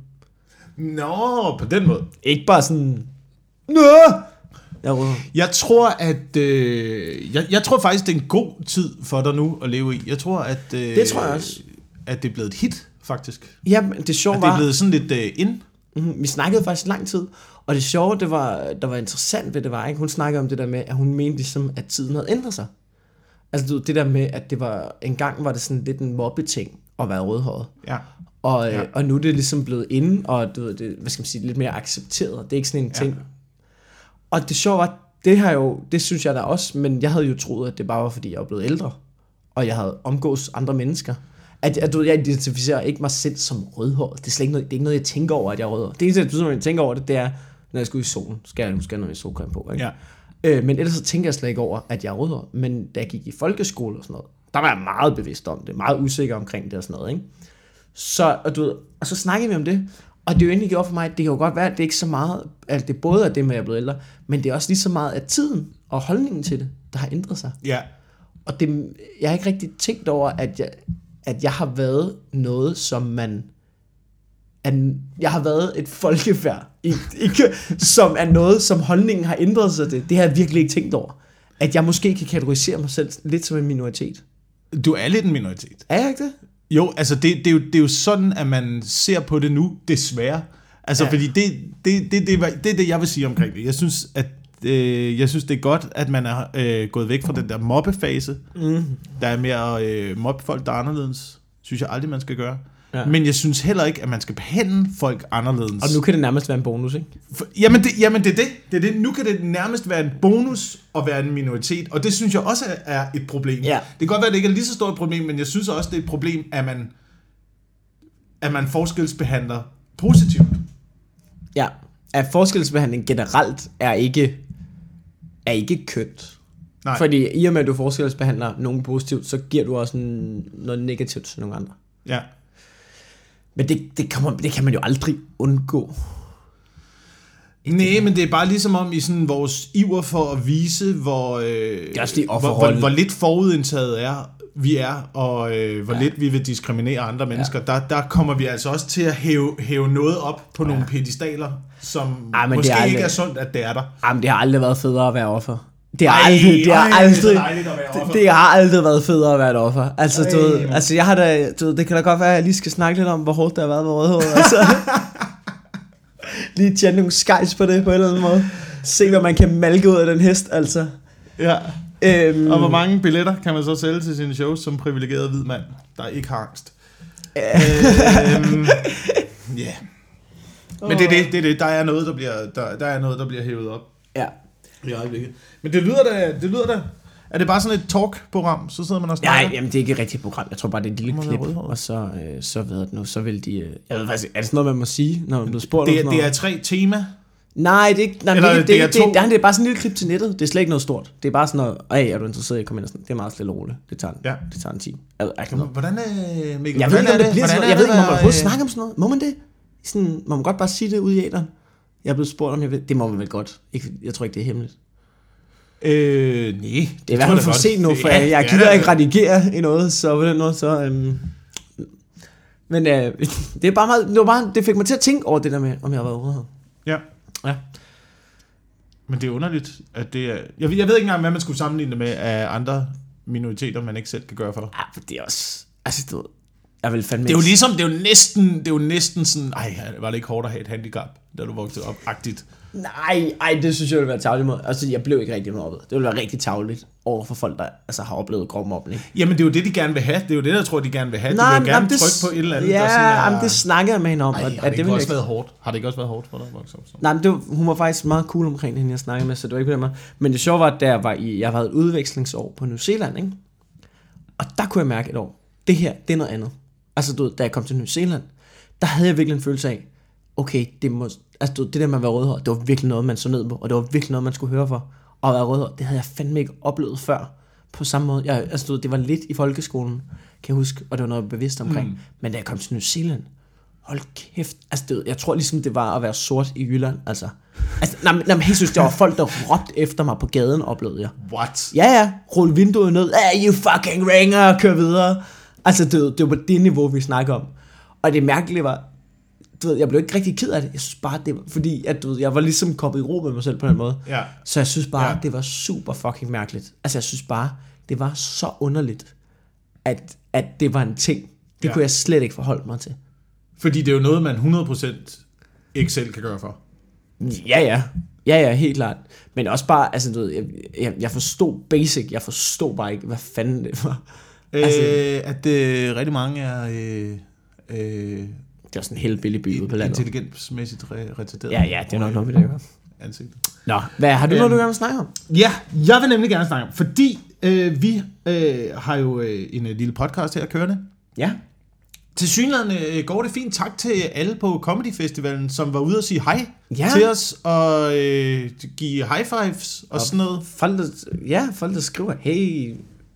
Nå, på den måde.
Ikke bare sådan... Nå! Jeg,
jeg tror, at... Øh, jeg, jeg tror faktisk, det er en god tid for dig nu at leve i. Jeg tror, at... Øh,
det tror jeg også.
At det er blevet et hit, faktisk.
Ja, men det sjove
var...
var...
At det er blevet sådan lidt øh, ind.
Mm-hmm. Vi snakkede faktisk lang tid. Og det sjove, det var, der var interessant ved det var, ikke? Hun snakkede om det der med, at hun mente ligesom, at tiden havde ændret sig. Altså det der med, at det var... En gang var det sådan lidt en mobbeting at være rødhåret.
Ja.
Og,
ja.
og nu er det ligesom blevet inde, og du ved, det, hvad skal man sige, lidt mere accepteret. Det er ikke sådan en ting. Ja. Og det sjove var, det her jo, det synes jeg da også, men jeg havde jo troet, at det bare var, fordi jeg var blevet ældre, og jeg havde omgås andre mennesker. At, at du, jeg identificerer ikke mig selv som rødhåret. Det er slet ikke noget, det er ikke noget, jeg tænker over, at jeg er rødhåret. Det eneste, jeg tænker over det, det er, når jeg skal ud i solen, skal jeg nu skal jeg noget solcreme på. Ikke?
Ja.
Øh, men ellers så tænker jeg slet ikke over, at jeg er rødhåret. Men da jeg gik i folkeskole og sådan noget, der var jeg meget bevidst om det, meget usikker omkring det og sådan noget, ikke? Så, og, du ved, og så snakkede vi om det, og det er jo egentlig gjort for mig, det kan jo godt være, at det er ikke så meget, at det både er det med, at jeg er blevet ældre, men det er også lige så meget af tiden og holdningen til det, der har ændret sig.
Ja. Og
det, jeg har ikke rigtig tænkt over, at jeg, at jeg har været noget, som man, at jeg har været et folkefærd, ikke, som er noget, som holdningen har ændret sig til. Det har jeg virkelig ikke tænkt over. At jeg måske kan kategorisere mig selv lidt som en minoritet.
Du er lidt en minoritet.
Er jeg ikke det?
Jo, altså det, det, er jo, det er jo sådan, at man ser på det nu, desværre. Altså, ja. Fordi det, det, det, det, det er det, jeg vil sige omkring det. Jeg synes, at øh, jeg synes, det er godt, at man er øh, gået væk fra den der mobbefase, mm. der er mere øh, mobbe folk, der er anderledes. Synes jeg aldrig, man skal gøre. Ja. Men jeg synes heller ikke, at man skal behandle folk anderledes.
Og nu kan det nærmest være en bonus, ikke?
For, jamen, det, jamen det er det. det er det. Nu kan det nærmest være en bonus at være en minoritet, og det synes jeg også er et problem.
Ja.
Det kan godt være, at det ikke er lige så stort et problem, men jeg synes også, det er et problem, at man, at man forskelsbehandler positivt.
Ja, at forskelsbehandling generelt er ikke, er ikke kønt. Nej. Fordi i og med, at du forskelsbehandler nogen positivt, så giver du også en, noget negativt til nogle andre.
Ja.
Men det, det, kommer, det kan man jo aldrig undgå.
Nej, men det er bare ligesom om i sådan vores iver for at vise, hvor, øh, hvor, hvor, hvor lidt forudindtaget er, vi er, og øh, hvor ja. lidt vi vil diskriminere andre mennesker. Ja. Der, der kommer vi altså også til at hæve, hæve noget op på ja. nogle pedestaler, som Ej, måske det er aldrig, ikke er sundt, at det er der.
Ej, men det har aldrig været federe at være offer. Det har aldrig, det har aldrig, det, det har aldrig været federe at være et offer. Altså, du ved, altså jeg har da, du ved, det kan da godt være, at jeg lige skal snakke lidt om, hvor hårdt det har været med rødhåret. Altså. Lige tjene nogle skejs på det på en eller anden måde. Se, hvad man kan malke ud af den hest, altså. Ja. Øhm,
og hvor mange billetter kan man så sælge til sine shows som privilegeret hvid mand, der ikke har angst? øhm, yeah. Men det er det, det er det. Der er noget, der bliver, der, der er noget, der bliver hævet op.
Ja.
I øjeblikket. Men det lyder da, det lyder da. Er det bare sådan et talk-program, så sidder man og snakker?
Nej, jamen det er ikke et rigtigt program. Jeg tror bare, det er et lille klip, og så, øh, så ved jeg det nu, så vil de... Øh, jeg ved faktisk, er det sådan noget, man må sige, når man bliver spurgt
det,
om
det, det er tre tema?
Nej, det er ikke... Nej, det, det, det, er det, det, det er bare sådan en lille klip til nettet. Det er slet ikke noget stort. Det er bare sådan noget... Ej, er du interesseret i at komme ind og sådan? Det er meget stille og roligt. Det tager en, ja. det tager en time. Jeg ved, jeg
hvordan er Mikkel?
Jeg ved ikke, om det bliver sådan noget. Jeg ved ikke, må man prøve at snakke om sådan noget? Må man det? Sådan, må man godt bare sige det ude i æteren? Jeg er blevet spurgt om, jeg ved. Det må man vel godt. Jeg tror ikke, det er hemmeligt.
Øh, nej.
Det er i hvert fald for sent nu, for ja, jeg gider ja, ikke redigere i noget, så på den måde, så... Øhm, men øh, det er bare meget, det, var bare, det fik mig til at tænke over det der med, om jeg har været ude her.
Ja. Ja. Men det er underligt, at det er... Jeg, jeg ved ikke engang, hvad man skulle sammenligne det med af andre minoriteter, man ikke selv kan gøre for dig.
Ja, for det er også... Altså, du ved, jeg vil fandme...
Det er jo ligesom, det er jo næsten, det er jo næsten sådan... Ej, var det ikke hårdt at have et handicap, da du voksede op? Agtigt.
Nej, ej, det synes jeg ville være tarveligt mod. Altså, jeg blev ikke rigtig mobbet. Det ville være rigtig tarveligt over for folk, der altså, har oplevet grov mobning.
Jamen, det er jo det, de gerne vil have. Det er jo det, jeg tror, de gerne vil have. Nej, de vil jo gerne det, trykke på et eller andet,
ja,
der sådan er...
jamen, det snakker jeg med hende om.
Ej, har det,
at
det ikke også ikke... været hårdt? Har det ikke også været hårdt for dig at vokse op? Så?
Nej, men det var, hun var faktisk meget cool omkring hende, jeg snakkede med, så det var ikke på den måde. Men det sjove var, at der var i, jeg var et udvekslingsår på New Zealand, ikke? Og der kunne jeg mærke et år, det her, det er noget andet. Altså, du ved, da jeg kom til New Zealand, der havde jeg virkelig en følelse af, okay, det må... Altså, du, det der med at være rødhåret, det var virkelig noget, man så ned på, og det var virkelig noget, man skulle høre for. Og at være rødhåret, det havde jeg fandme ikke oplevet før, på samme måde. Jeg, altså, du, det var lidt i folkeskolen, kan jeg huske, og det var noget bevidst omkring. Mm. Men da jeg kom til New Zealand, hold kæft, altså, det, jeg tror ligesom, det var at være sort i Jylland, altså. altså nej, nej, men helt synes, der var folk, der råbte efter mig på gaden, oplevede jeg.
What?
Ja, ja, rulle vinduet ned, ah, you fucking ringer, kør videre. Altså, det, det var på det niveau, vi snakker om. Og det mærkelige var, du ved, jeg blev ikke rigtig ked af det. Jeg synes bare, det var, fordi at, du ved, jeg var ligesom kommet i ro med mig selv på den måde. Ja. Så jeg synes bare, ja. det var super fucking mærkeligt. Altså, jeg synes bare, det var så underligt, at, at det var en ting. Det ja. kunne jeg slet ikke forholde mig til.
Fordi det er jo noget, man hundrede procent ikke selv kan gøre for.
Ja, ja. Ja, ja, helt klart. Men også bare, altså, du ved, jeg, jeg, jeg forstod basic. Jeg forstod bare ikke, hvad fanden det var.
Øh, altså, at øh, rigtig mange er... Øh, øh,
det er sådan en helt billig by ude på landet.
Intelligensmæssigt retarderet.
Ja, ja, det er nok noget med det,
ansigtet.
Nå, hvad, har du øhm, noget, du gerne vil snakke om?
Ja, jeg vil nemlig gerne snakke om, fordi øh, vi øh, har jo øh, en øh, lille podcast her kørende.
Ja.
Til synligheden øh, går det fint. Tak til alle på Comedy Festivalen, som var ude og sige hej
ja.
til os, og øh, give high fives og, og sådan noget.
Folk, der, ja, folk der skriver, hey...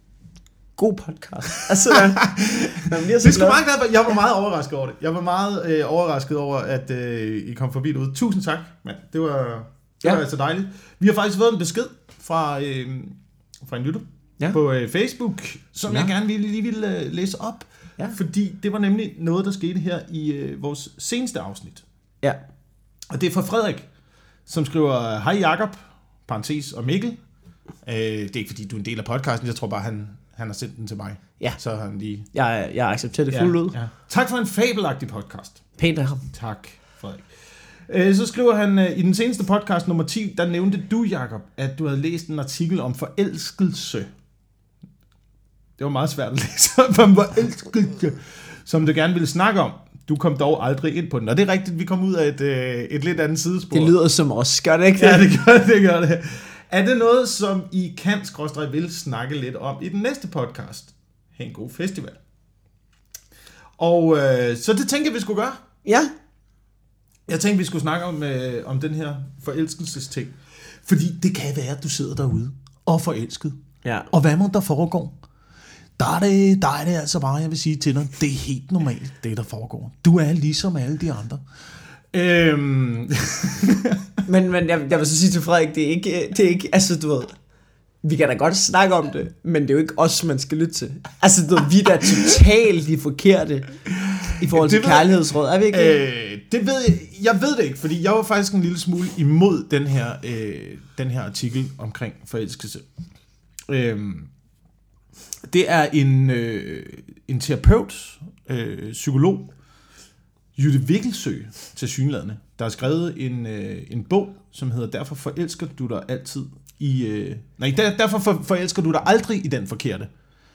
god podcast. Altså, man bliver så
det skal meget glad for. Jeg var meget overrasket over det. Jeg var meget øh, overrasket over, at øh, I kom forbi derude. Tusind tak, mand. Det var, det ja. var altså dejligt. Vi har faktisk fået en besked fra, øh, fra en lytter ja. på øh, Facebook, som ja. jeg gerne ville, lige ville øh, læse op. Ja. Fordi det var nemlig noget, der skete her i øh, vores seneste afsnit.
Ja.
Og det er fra Frederik, som skriver, hej Jakob, parentes og Mikkel. Øh, det er ikke fordi, du er en del af podcasten. Jeg tror bare, han... Han har sendt den til mig.
Ja.
Så har han lige...
Jeg, jeg accepterer det fuldt ud.
Ja, ja. Tak for en fabelagtig podcast.
Pænt af ham.
Tak, Frederik. Øh, så skriver han, øh, i den seneste podcast nummer ti, der nævnte du, Jakob, at du havde læst en artikel om forelskelse. Det var meget svært at læse om forelskelse. som du gerne ville snakke om. Du kom dog aldrig ind på den. Og det er rigtigt, vi kom ud af et, øh, et lidt andet sidespor.
Det lyder som os, gør det ikke det?
Ja, det gør det, det gør det. Er det noget, som I kan skråstreg vil snakke lidt om i den næste podcast? Ha' en god festival. Og øh, så det tænker jeg, vi skulle gøre.
Ja.
Jeg tænkte, vi skulle snakke om, øh, om den her forelskelsesting. Fordi det kan være, at du sidder derude og er forelsket.
Ja.
Og hvad må der foregår? Der er, det, der er det altså bare, jeg vil sige til dig, det er helt normalt, det der foregår. Du er ligesom alle de andre. Øhm.
men men jeg, jeg vil så sige til Frederik, det er ikke, det er ikke altså du ved, vi kan da godt snakke om det, men det er jo ikke os, man skal lytte til. Altså du ved, vi er da totalt de forkerte i forhold til kærlighedsråd, er vi ikke det?
Øh, det ved jeg, jeg ved det ikke, fordi jeg var faktisk en lille smule imod den her, øh, den her artikel omkring forelskelse. Øhm. Det er en, øh, en terapeut, øh, psykolog, Jytte Vikkelsø til synladende, der har skrevet en, øh, en bog, som hedder Derfor forelsker du dig altid i... Øh, nej, der, derfor for, forelsker du dig aldrig i den forkerte.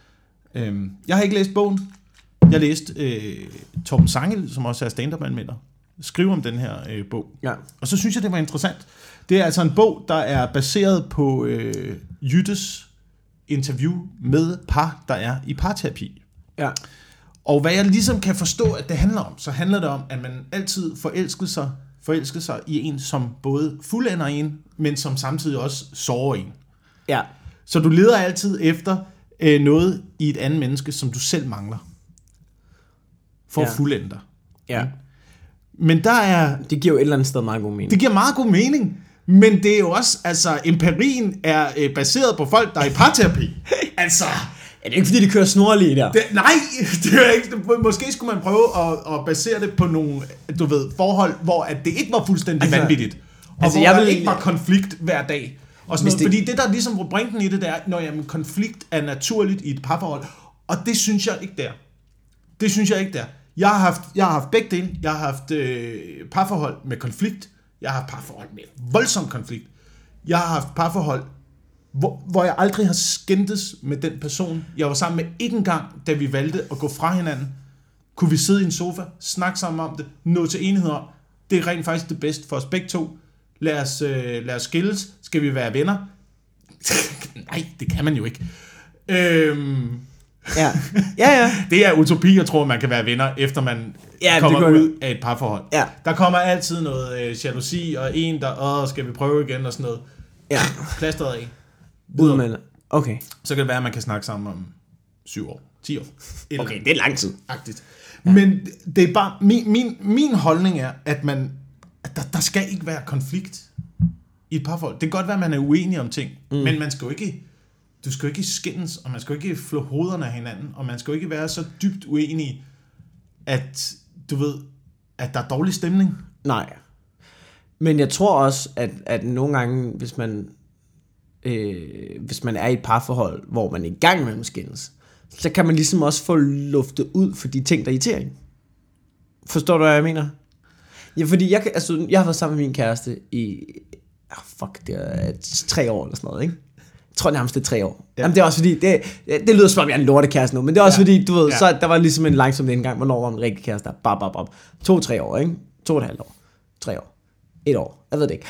Øhm, jeg har ikke læst bogen. Jeg læste øh, Torben Sangel, som også er stand-up-anmelder, skrive om den her øh, bog.
Ja.
Og så synes jeg, det var interessant. Det er altså en bog, der er baseret på øh, Jyttes interview med par, der er i parterapi.
Ja.
Og hvad jeg ligesom kan forstå, at det handler om, så handler det om, at man altid forelsker sig, forelsker sig i en, som både fuldender en, men som samtidig også sårer en.
Ja.
Så du leder altid efter øh, noget i et andet menneske, som du selv mangler. For ja. at fuldende dig.
Ja.
Men der er...
Det giver jo et eller andet sted meget god mening.
Det giver meget god mening. Men det er jo også, altså, empirien er øh, baseret på folk, der er i parterapi. Altså...
Ja, det er ikke fordi, de kører snorlige der.
Det, nej, det er ikke. Måske skulle man prøve at, at basere det på nogle, du ved, forhold, hvor at det ikke var fuldstændig altså, vanvittigt. Og altså, hvor jeg der vil... ikke var konflikt hver dag. Og sådan noget, det... Fordi det, der er ligesom rubrikken i det, der er, når jamen, konflikt er naturligt i et parforhold. Og det synes jeg ikke der. Det synes jeg ikke der. Jeg har haft, jeg har haft begge dele. Jeg har haft øh, parforhold med konflikt. Jeg har haft parforhold med voldsom konflikt. Jeg har haft parforhold, hvor, hvor jeg aldrig har skændtes med den person, jeg var sammen med. Ikke engang, da vi valgte at gå fra hinanden, kunne vi sidde i en sofa, snakke sammen om det, nå til enighed om, det er rent faktisk det bedste for os begge to. Lad os, øh, lad os skilles. Skal vi være venner? Nej, det kan man jo ikke. Øhm...
Ja. Ja, ja.
Det er utopi, jeg tror, man kan være venner, efter man ja, kommer ud af et parforhold.
Ja.
Der kommer altid noget øh, jalousi, og en, der, åh, skal vi prøve igen, og sådan noget.
Ja.
Plasteret af.
Ud med okay.
Så kan det være, at man kan snakke sammen om syv år, ti år.
Okay, det er lang tid.
Agtigt. Ja. Men det er bare, min, min, min holdning er, at man, at der, der skal ikke være konflikt i et parforhold. Det kan godt være, at man er uenig om ting, mm. men man skal jo ikke, du skal jo ikke skændes, og man skal jo ikke flå hovederne af hinanden, og man skal jo ikke være så dybt uenig, at du ved, at der er dårlig stemning.
Nej. Men jeg tror også, at, at nogle gange, hvis man øh, hvis man er i et parforhold, hvor man er i gang med at skændes, så kan man ligesom også få luftet ud for de ting, der irriterer en. Forstår du, hvad jeg mener? Ja, fordi jeg, altså, jeg har været sammen med min kæreste i, oh, fuck, det er tre år eller sådan noget, ikke? Jeg tror nærmest det er tre år. Ja. Jamen, det er også fordi, det, det lyder som om jeg er en lortekæreste nu, men det er også ja. fordi, du ved, ja. så der var ligesom en langsom indgang, hvornår var en rigtig kæreste der, bap, bap, bap. To-tre år, ikke? To og et halvt år. Tre år. Et år. Jeg ved det ikke.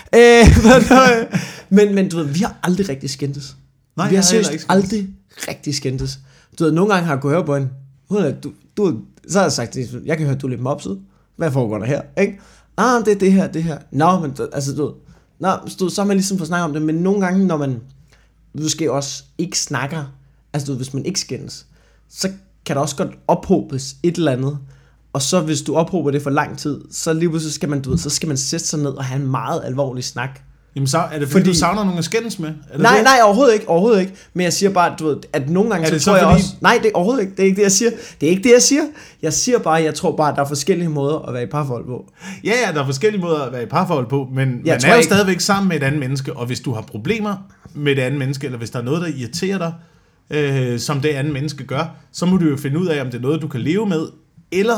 Øh, men, men du ved, vi har aldrig rigtig skændtes. Nej, vi har seriøst aldrig rigtig skændtes. Du ved, nogle gange har jeg kunnet høre på en, du, du, så har jeg sagt, jeg kan høre, at du er lidt mopset. Hvad foregår der her? Ikke? Ah, det er det her, det her. Nå, men altså du ved, nå, så har man ligesom fået snakket om det, men nogle gange, når man måske også ikke snakker, altså du ved, hvis man ikke skændes, så kan der også godt ophobes et eller andet, og så hvis du ophober det for lang tid, så lige pludselig skal man, du ved, så skal man sætte sig ned og have en meget alvorlig snak.
Jamen så er det fordi, fordi du savner nogen at skændes med? Er det
nej,
det?
nej, overhovedet ikke, overhovedet ikke. Men jeg siger bare, du ved, at nogle gange,
er
så,
det
tror
så
jeg
fordi...
også... Nej, det er overhovedet ikke, det er ikke det, jeg siger. Det er ikke det, jeg siger. Jeg siger bare, jeg tror bare, at der er forskellige måder at være i parforhold på.
Ja, ja, der er forskellige måder at være i parforhold på, men jeg man er jo ikke... stadigvæk sammen med et andet menneske, og hvis du har problemer med et andet menneske, eller hvis der er noget, der irriterer dig, øh, som det andet menneske gør, så må du jo finde ud af, om det er noget, du kan leve med, eller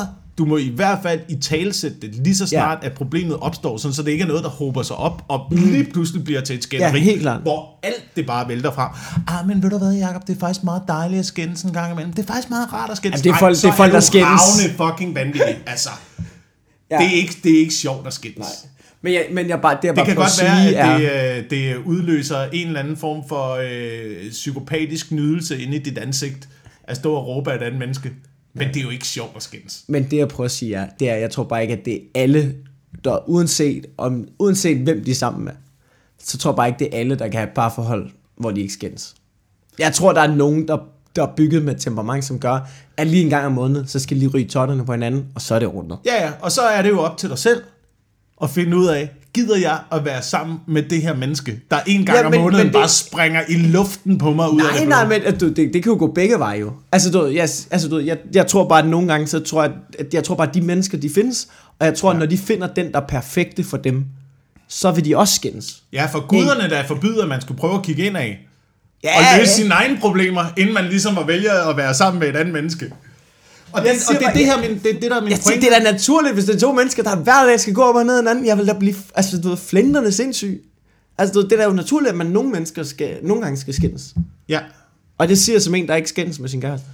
du må i hvert fald i talsætte det lige så snart, ja. at problemet opstår, sådan, så det ikke er noget, der hober sig op, og lige pludselig bliver til et skænderi,
ja, helt klart.
hvor alt det bare vælter frem. Ah, men ved du hvad, Jacob, det er faktisk meget dejligt at skændes en gang imellem. Det er faktisk meget rart at skændes.
Jamen, det er folk, det er folk der skændes.
Så er du fucking vanvittigt. Altså, ja. det, er ikke, det er ikke sjovt at skændes.
Nej. Men jeg, men jeg bare, det, jeg
det
bare
kan godt
sige,
være, at
er...
det, det udløser en eller anden form for øh, psykopatisk nydelse inde i dit ansigt, at stå og råbe af et andet menneske. Men det er jo ikke sjovt at skændes.
Men det jeg prøver at sige er, det er, jeg tror bare ikke, at det er alle, der uanset, om, uanset hvem de er sammen med, så tror jeg bare ikke, det er alle, der kan have et parforhold, hvor de ikke skændes. Jeg tror, der er nogen, der, der er bygget med temperament, som gør, at lige en gang om måneden, så skal de ryge totterne på hinanden, og så er det rundt.
Ja, ja, og så er det jo op til dig selv at finde ud af, gider jeg at være sammen med det her menneske, der en gang ja, men, om måneden det... bare springer i luften på mig ud
nej,
af det blå.
Nej, nej, men du, det, det kan jo gå begge veje jo. Altså, du, jeg, altså, du, jeg, jeg tror bare, at nogle gange, så tror jeg, at jeg tror bare, at de mennesker, de findes, og jeg tror, ja. at når de finder den, der er perfekte for dem, så vil de også skændes.
Ja, for guderne, der forbyder, at man skulle prøve at kigge ind af,
ja,
og løse
ja.
sine egne problemer, inden man ligesom var vælger at være sammen med et andet menneske. Og, den, og det er det her, min, det, det der er min
jeg
pointe.
Det er da naturligt, hvis det er to mennesker, der hver dag skal gå op og ned hinanden. Jeg vil da blive, altså du ved, flinterne sindssyg. Altså du ved, det er jo naturligt, at man nogle mennesker skal, nogle gange skal skændes.
Ja.
Og det siger som en, der ikke skændes med sin kæreste.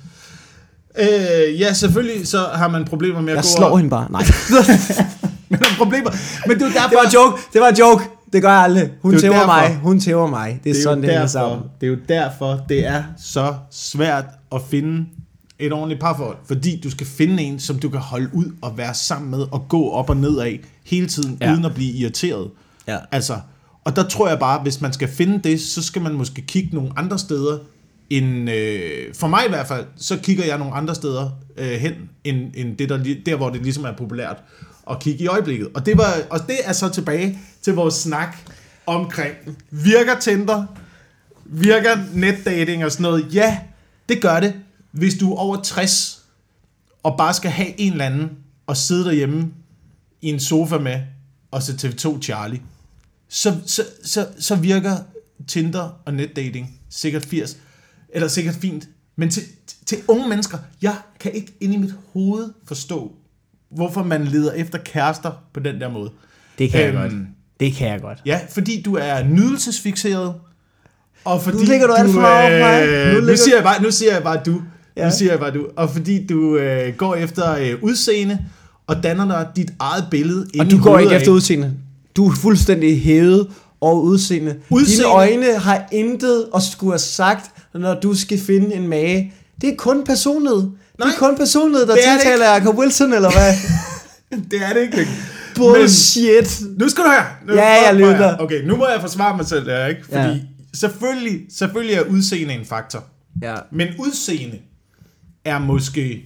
Øh, ja, selvfølgelig så har man problemer med at
jeg
gå
Jeg slår
og...
hende bare, nej.
Men der er problemer. Men det er jo derfor...
Det var en joke, det var en joke. Det gør jeg aldrig. Hun tæver mig, hun tæver mig. Det er,
det er
sådan, det
derfor,
hænger sammen.
Det er jo derfor, det er så svært at finde et ordentligt parforhold, fordi du skal finde en, som du kan holde ud og være sammen med og gå op og ned af hele tiden, ja. uden at blive irriteret.
Ja.
Altså, og der tror jeg bare, hvis man skal finde det, så skal man måske kigge nogle andre steder, end, øh, for mig i hvert fald, så kigger jeg nogle andre steder øh, hen, end, end det der, der, hvor det ligesom er populært at kigge i øjeblikket. Og det, var, og det er så tilbage til vores snak omkring, virker Tinder, virker netdating og sådan noget? Ja, det gør det. Hvis du er over tres, og bare skal have en eller anden, og sidde derhjemme i en sofa med, og se T V to Charlie, så, så, så, så virker Tinder og netdating sikkert firs, eller sikkert fint. Men til, til unge mennesker, jeg kan ikke inde i mit hoved forstå, hvorfor man leder efter kærester på den der måde.
Det kan øhm, jeg godt. Det kan jeg godt.
Ja, fordi du er nydelsesfikseret, og fordi
nu ligger du,
du
alt for meget øh, mig.
Nu, nu, siger jeg bare, nu siger jeg bare du.
Ja.
Nu siger jeg bare du. Og fordi du øh, går efter øh, udseende, og danner dig dit eget billede inde i
hovedet. Og du går ikke
af.
efter udseende. Du er fuldstændig hævet over udseende. udseende. Dine øjne har intet at skulle have sagt, når du skal finde en mage. Det er kun personlighed. Nej, det er kun personlighed, der tiltaler Jacob Wilson, eller hvad?
Det er det ikke.
Bullshit.
Men, nu skal du høre. Nu,
ja, jeg lytter.
Okay, nu må jeg forsvare mig selv der, ikke? Fordi ja. selvfølgelig, selvfølgelig er udseende en faktor.
Ja.
Men udseende er måske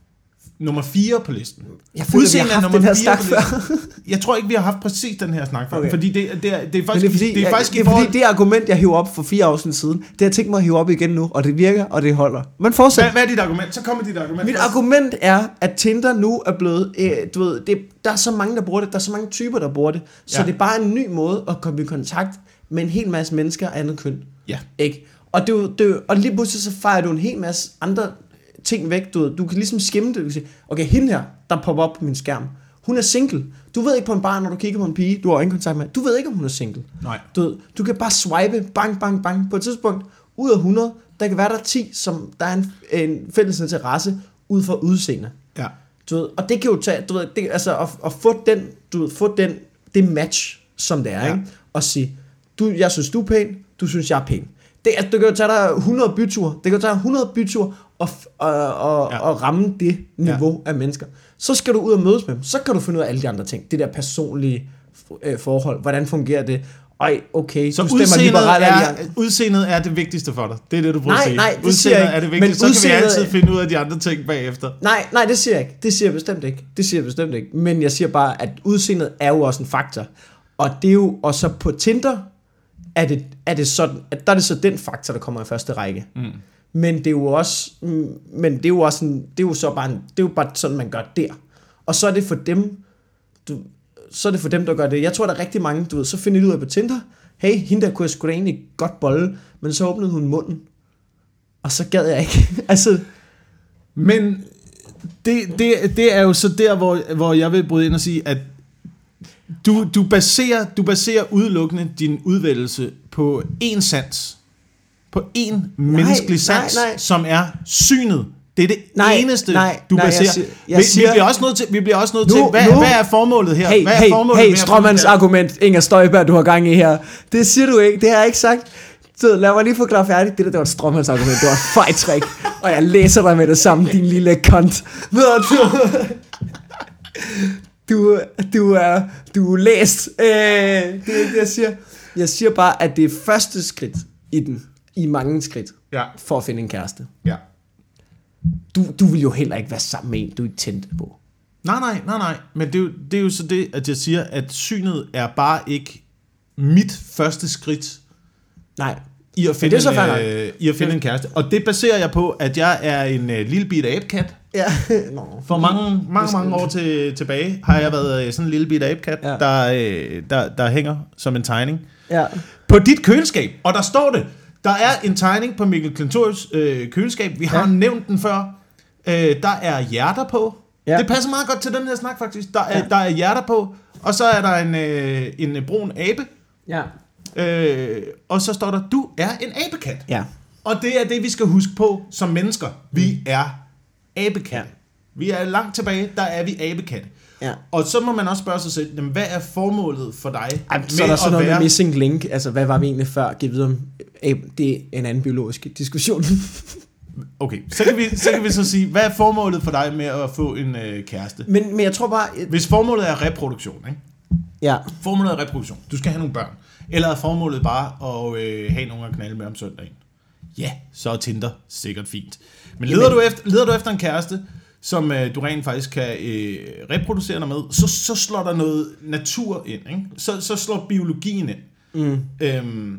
nummer fire på listen.
Jeg føler, udseende vi har haft den her snak før.
Jeg tror ikke, vi har haft præcis den her snak før. Okay. Fordi det, det, er, det er faktisk...
Det er fordi,
det, er faktisk
det, er fordi det argument, jeg hiver op for fire afsnit siden, det har jeg tænkt mig at hive op igen nu, og det virker, og det holder. Men fortsæt.
Hvad, hvad er dit argument? Så kommer dit argument.
Mit argument er, at Tinder nu er blevet... Øh, du ved, det, der er så mange, der bruger det. Der er så mange typer, der bruger det. Så ja. det er bare en ny måde at komme i kontakt med en hel masse mennesker af andet køn.
Ja.
Ikke? Og, det, det, og lige pludselig så fejrer du en hel masse andre ting væk. Du, du kan ligesom skimme det. Du kan sige, okay, hende her, der popper op på min skærm, hun er single. Du ved ikke på en bar, når du kigger på en pige, du har ingen kontakt med, du ved ikke, om hun er single.
Nej.
Du, du kan bare swipe, bang, bang, bang. På et tidspunkt, ud af hundrede, der kan være der ti, som der er en, en fælles interesse ud fra udseende.
Ja.
Du ved, og det kan jo tage, du ved, det, altså at, at få den, du ved, få den, det match, som det er, ja. Ikke? Og sige, du, jeg synes, du er pæn, du synes, jeg er pæn. Det, altså, det kan jo tage dig hundrede byture, det kan jo tage hundrede byture og, og, og, ja. og ramme det niveau ja. af mennesker. Så skal du ud og mødes med dem, så kan du finde ud af alle de andre ting. Det der personlige øh, forhold, hvordan fungerer det? Ej, okay,
så udseendet er, udseendet er det vigtigste for dig. Det er det, du prøver
nej,
at sige.
Nej, det
udseendet
siger jeg
er det vigtigste, så kan vi altid finde ud af de andre ting bagefter.
Nej, nej, det siger jeg ikke. Det siger jeg bestemt ikke. Det siger jeg bestemt ikke. Men jeg siger bare, at udseendet er jo også en faktor. Og det er jo, og så på Tinder, er det, er det sådan, at der er det så den faktor, der kommer i første række. Mm. Men det er jo også, men det er jo også en, det er jo så bare, en, det er jo bare sådan, man gør der. Og så er det for dem, du, så er det for dem, der gør det. Jeg tror, der er rigtig mange, du ved, så finder de ud af på Tinder, hey, hende der kunne jeg sgu da egentlig godt bolle, men så åbnede hun munden, og så gad jeg ikke. altså,
men det, det, det er jo så der, hvor, hvor jeg vil bryde ind og sige, at du, du, baserer, du baserer udelukkende din udvælgelse på én sans. På én menneskelig sans, nej, nej. Som er synet. Det er det nej, eneste, nej, du nej, baserer. Jeg siger, jeg vi, siger, vi bliver også nødt til, vi bliver også nødt nu, til hvad, hvad er formålet her?
Hey,
hvad er
hey,
formålet
hey, Stråmands argument, Inger Støjberg, du har gang i her. Det siger du ikke, det har jeg ikke sagt. Så lad mig lige forklare færdigt. Det der, det var et Stråmands argument, det var et fejtræk. Og jeg læser dig med det samme, din lille kont. Ved du, du, du er, du er læst. Øh, det, det, jeg siger. Jeg siger bare, at det er første skridt i den, i mange skridt,
ja. For
at finde en kæreste.
Ja.
Du, du vil jo heller ikke være sammen med en, du ikke tændte på.
Nej, nej, nej, nej. Men det er, jo, det er jo så det, at jeg siger, at synet er bare ikke mit første skridt.
Nej.
I at finde, en, øh, i at finde ja. en kæreste. Og det baserer jeg på, at jeg er en øh, lille bit abekat.
Ja.
For mange, mange, mange år til, tilbage har jeg været øh, sådan en lille bit abekat, ja. der, øh, der, der hænger som en tegning.
Ja.
På dit køleskab. Og der står det. Der er en tegning på Mikkel Klintorius øh, køleskab. Vi har ja. nævnt den før. Øh, der er hjerter på. Ja. Det passer meget godt til den her snak, faktisk. Der er, ja. der er hjerter på. Og så er der en, øh, en brun abe.
Ja.
Øh, og så står der, du er en abekat.
Ja.
Og det er det, vi skal huske på som mennesker. Vi er abekat. Ja. Vi er langt tilbage, der er vi abekat.
Ja.
Og så må man også spørge sig selv, jamen, hvad er formålet for dig?
Ej, så er der sådan noget være... med missing link. Altså, hvad var vi egentlig før? Giv videre. Det er en anden biologisk diskussion.
Okay, så kan, vi, så kan vi så sige, hvad er formålet for dig med at få en øh, kæreste?
Men, men jeg tror bare... Et...
Hvis formålet er reproduktion, ikke?
Ja.
Formålet er reproduktion. Du skal have nogle børn. Eller er formålet bare at øh, have nogen at knalde med om søndagen? Ja, så er Tinder sikkert fint. Men leder, Jamen. du, efter, leder du efter en kæreste, som øh, du rent faktisk kan øh, reproducere dig med, så, så slår der noget natur ind, ikke? Så, så slår biologien ind.
Mm.
Øhm,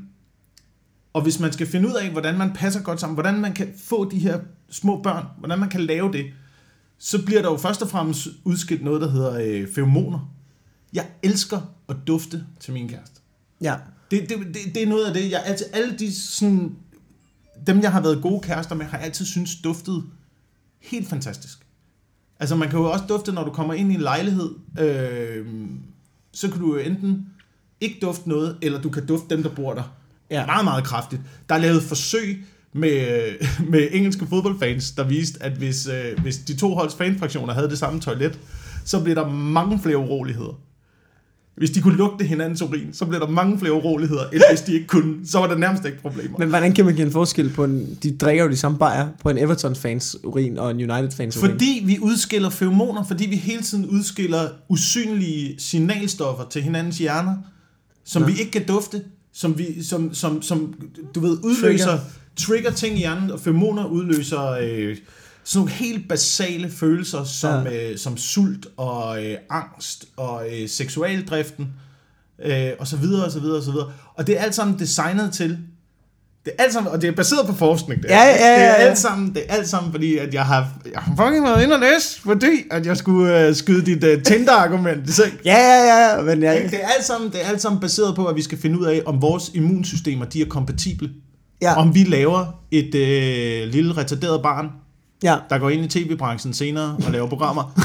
og hvis man skal finde ud af, hvordan man passer godt sammen, hvordan man kan få de her små børn, hvordan man kan lave det, så bliver der jo først og fremmest udskilt noget, der hedder øh, feromoner. Jeg elsker at dufte til min kæreste.
Ja.
Det, det, det, det er noget af det, jeg altid, alle de sådan, dem jeg har været gode kærester med, har altid synes duftet helt fantastisk. Altså man kan jo også dufte, når du kommer ind i en lejlighed, øh, så kan du jo enten ikke dufte noget, eller du kan dufte dem, der bor der. Ja. Meget, meget kraftigt. Der er lavet forsøg med, med engelske fodboldfans, der viste, at hvis, øh, hvis de to holds fanfraktioner havde det samme toilet, så blev der mange flere uroligheder. Hvis de kunne lugte hinandens urin, så blev der mange flere uroligheder, end hvis de ikke kunne. Så var der nærmest ikke problemer.
Men hvordan kan man give en forskel på en... De drikker jo de samme bajer på en Everton-fans urin og en United-fans urin.
Fordi vi udskiller feromoner, fordi vi hele tiden udskiller usynlige signalstoffer til hinandens hjerner, som Nå. vi ikke kan dufte, som, vi, som, som, som du ved, udløser... Trigger, trigger ting i hjernen, og feromoner udløser... Øh, sådan nogle helt basale følelser, som, ja. øh, som sult og øh, angst og øh, seksualdriften, øh, og så videre, og så videre, og så videre. Og det er alt sammen designet til, det er alt sammen, og det er baseret på forskning. Det er,
ja, ja, ja, ja.
Det er alt sammen, det er alt sammen, fordi at jeg har, jeg har fucking været inde og læse, fordi at jeg skulle øh, skyde dit øh, Tinder-argument. Så,
ja, ja, ja, men ja.
Det er alt sammen, det er alt sammen baseret på, at vi skal finde ud af, om vores immunsystemer, de er kompatible. Ja. Om vi laver et øh, lille retarderet barn, ja. der går ind i tv-branchen senere og laver programmer.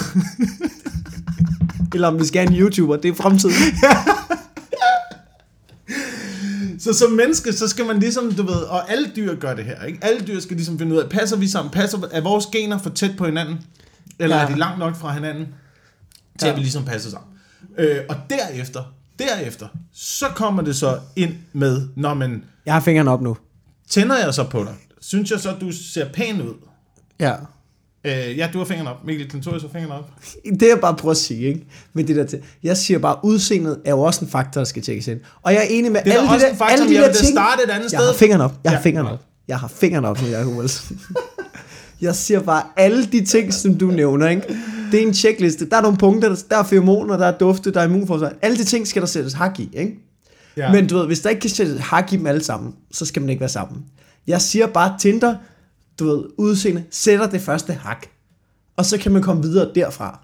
Eller om vi skal have en YouTuber, det er fremtiden.
Så som menneske, så skal man ligesom, du ved, og alle dyr gør det her, ikke? Alle dyr skal ligesom finde ud af, passer vi sammen, passer, er vores gener for tæt på hinanden, eller ja. er de langt nok fra hinanden, til ja. at vi ligesom passer sammen. Øh, og derefter, derefter, så kommer det så ind med, når man...
Jeg har fingrene op nu.
Tænder jeg så på dig, synes jeg så, at du ser pæn ud.
Ja.
Øh, ja, du har fingrene op. Mikkel Klintorius har fingrene op.
Det jeg bare prøver at sige, ikke? Med det der til. Jeg siger bare, udseendet er jo også en faktor, der skal tjekkes ind. Og jeg er enig med
det er
alle de der,
faktor,
alle de der ting.
Starte et andet
jeg
sted.
har fingrene op. Jeg har
ja.
fingrene op. Jeg har fingrene op, nu jeg er Jeg siger bare, alle de ting, som du nævner, ikke? Det er en checkliste. Der er nogle punkter, der er feromoner, der er dufte, der er immunforsvar. Alle de ting skal der sættes hak i, ikke? Ja. Men du ved, hvis der ikke kan sættes hak i dem alle sammen, så skal man ikke være sammen. Jeg siger bare, Tinder, du ved, udseende, sætter det første hak. Og så kan man komme videre derfra.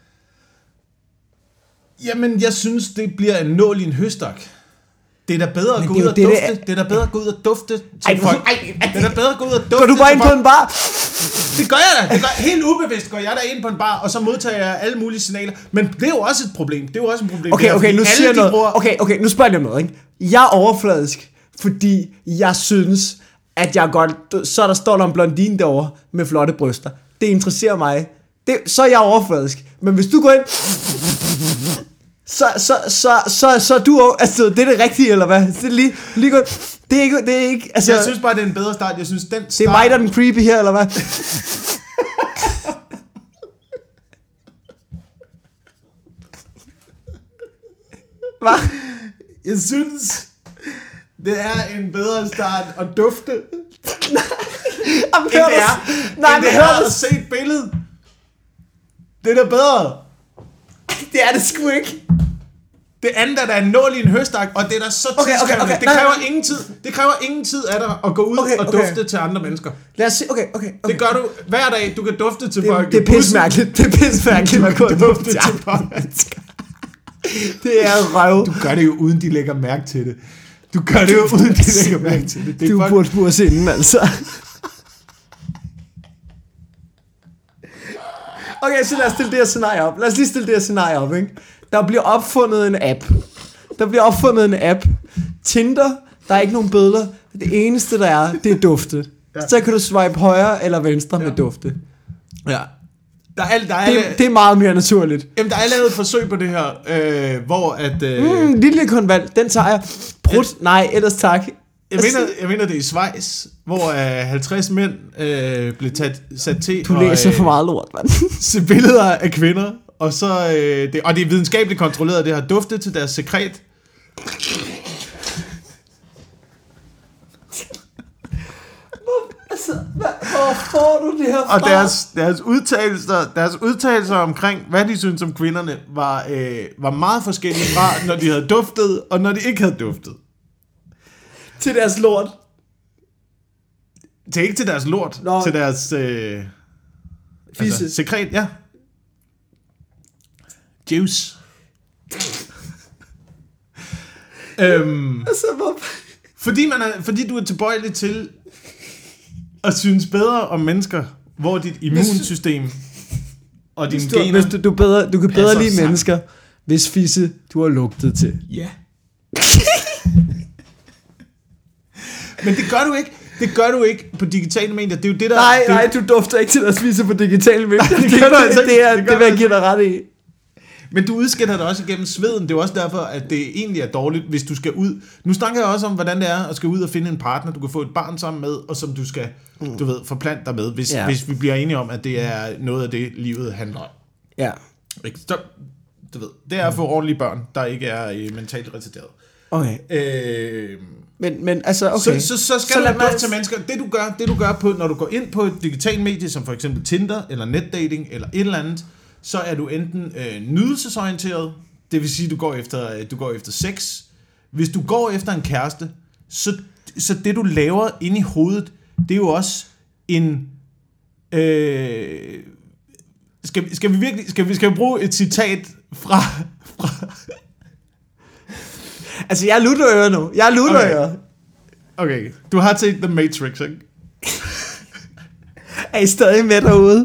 Jamen, jeg synes, det bliver en nål i en høstak. Det er da bedre at gå ud og
det,
dufte.
Det,
det er da bedre at gå ud og dufte til
ej,
folk.
Ej, ej,
det er da bedre at gå ud og dufte.
Går du bare ind på en bar?
Det gør jeg da. Det gør, helt ubevidst går jeg der ind på en bar, og så modtager jeg alle mulige signaler. Men det er jo også et problem. Det er jo også et problem.
Okay,
der,
okay, nu siger jeg noget.
Bruger...
Okay, okay, nu spørger jeg om noget, ikke? Jeg er overfladisk, fordi jeg synes, at jeg godt... Så der står der en blondine derovre med flotte bryster. Det interesserer mig. Det, så er jeg overfladisk. Men hvis du går ind... Så, så, så, så, så er du... Altså, det er det rigtige, eller hvad? Det er lige, lige godt... Det er ikke... Det er ikke altså,
jeg synes bare, det er en bedre start. Jeg synes, den start...
Det er mig, der er den creepy her, eller hvad? Hvad?
Jeg synes, det er en bedre start at dufte,
Jamen,
end det er,
nej,
end det er at se et billede. Det er da bedre.
Det er det sgu ikke.
Det andet er der en nål i en høstak, og det er da så
Okay, okay,
tidskrævende.
okay.
Det
Nej,
kræver
nej.
ingen tid. Det kræver ingen tid af dig at gå ud
Okay,
og
okay.
dufte til andre mennesker.
Lad os se, okay, okay. okay.
Det gør du hver dag. Du kan dufte til
Det,
folk.
det er
i bussen.
pismærkeligt. Det er pismærkeligt at gå og
dufte
dufte
til
til andre mennesker. Det er røv.
Du gør det jo uden de lægger mærke til det. Du gør det jo uden de lægger mærke til det. Det er
Du
folk-
burde burde se inden, altså. Okay, så lad os stille det her scenarie op. Lad os lige stille det her scenarie op, ikke? Der bliver opfundet en app. Der bliver opfundet en app. Tinder, der er ikke nogen billeder. Det eneste, der er, det er dufte.
Ja.
Så kan du swipe højre eller venstre ja. med dufte.
Ja. Der er, alt- der er,
Det,
alle-
det er meget mere naturligt.
Jamen, der er lavet et forsøg på det her, øh, hvor at... Øh,
Mm, lille konvalt, den tager jeg. Prut, nej, ellers tak.
jeg, mener, jeg mener, det er i Schweiz, hvor øh, halvtreds mænd øh, blev taget, sat til
Du
at
læser
øh,
for meget lort, mand.
se billeder af kvinder, og så øh, det, og det er videnskabeligt kontrolleret, det har duftet til deres sekret.
Altså, hvad, hvor får du det her fra?
Og deres, deres, udtalelser, deres udtalelser omkring, hvad de synes om kvinderne, var, øh, var meget forskellige fra, når de havde duftet, og når de ikke havde duftet.
Til deres lort.
Til ikke til deres lort,
Nå.
til deres øh,
Fisse.
altså, sekret, ja. Juice. øhm,
Altså, hvor...
fordi, man er, fordi du er tilbøjelig til at synes bedre om mennesker, hvor dit immunsystem og dine
Hvis du,
gener...
hvis du, du, bedre, du kan bedre
passer
lide
sammen.
mennesker, hvis fisse du har lugtet til.
Ja. Men det gør du ikke. Det gør du ikke på digitale medier. Det er jo det, der...
Nej,
det,
nej, du dufter ikke til at spise på digitale medier.
det gør du altså ikke.
Det, er,
Det
det,
gør
det vil jeg
du
give dig ret i.
Men du udskiller det også igennem sveden. Det er jo også derfor, at det egentlig er dårligt, hvis du skal ud. Nu snakker jeg også om, hvordan det er at skal ud og finde en partner, du kan få et barn sammen med, og som du skal, mm. du ved, forplante dig med, hvis,
Ja.
ja. hvis vi bliver enige om, at det er noget af det, livet handler om.
Ja.
Ikke? Så, du ved, det er at få ordentlige børn, der ikke er øh, mentalt retarderet.
Okay.
Øh,
Men, men altså, okay.
Så, så, så skal
Så
så
lad
du
mig-
dufte til mennesker. Det du gør, det du gør på, når du går ind på et digitalt medie, som for eksempel Tinder, eller netdating, eller et eller andet, så er du enten øh, nydelsesorienteret, det vil sige, du går efter, øh, du går efter sex. Hvis du går efter en kæreste, så, så det du laver inde i hovedet, det er jo også en... Øh, skal, skal vi virkelig skal vi, skal vi bruge et citat fra... fra
Altså, jeg er lutterører nu. Jeg er lutterører.
Okay. okay, du har set The Matrix, ikke?
Er I stadig med derude?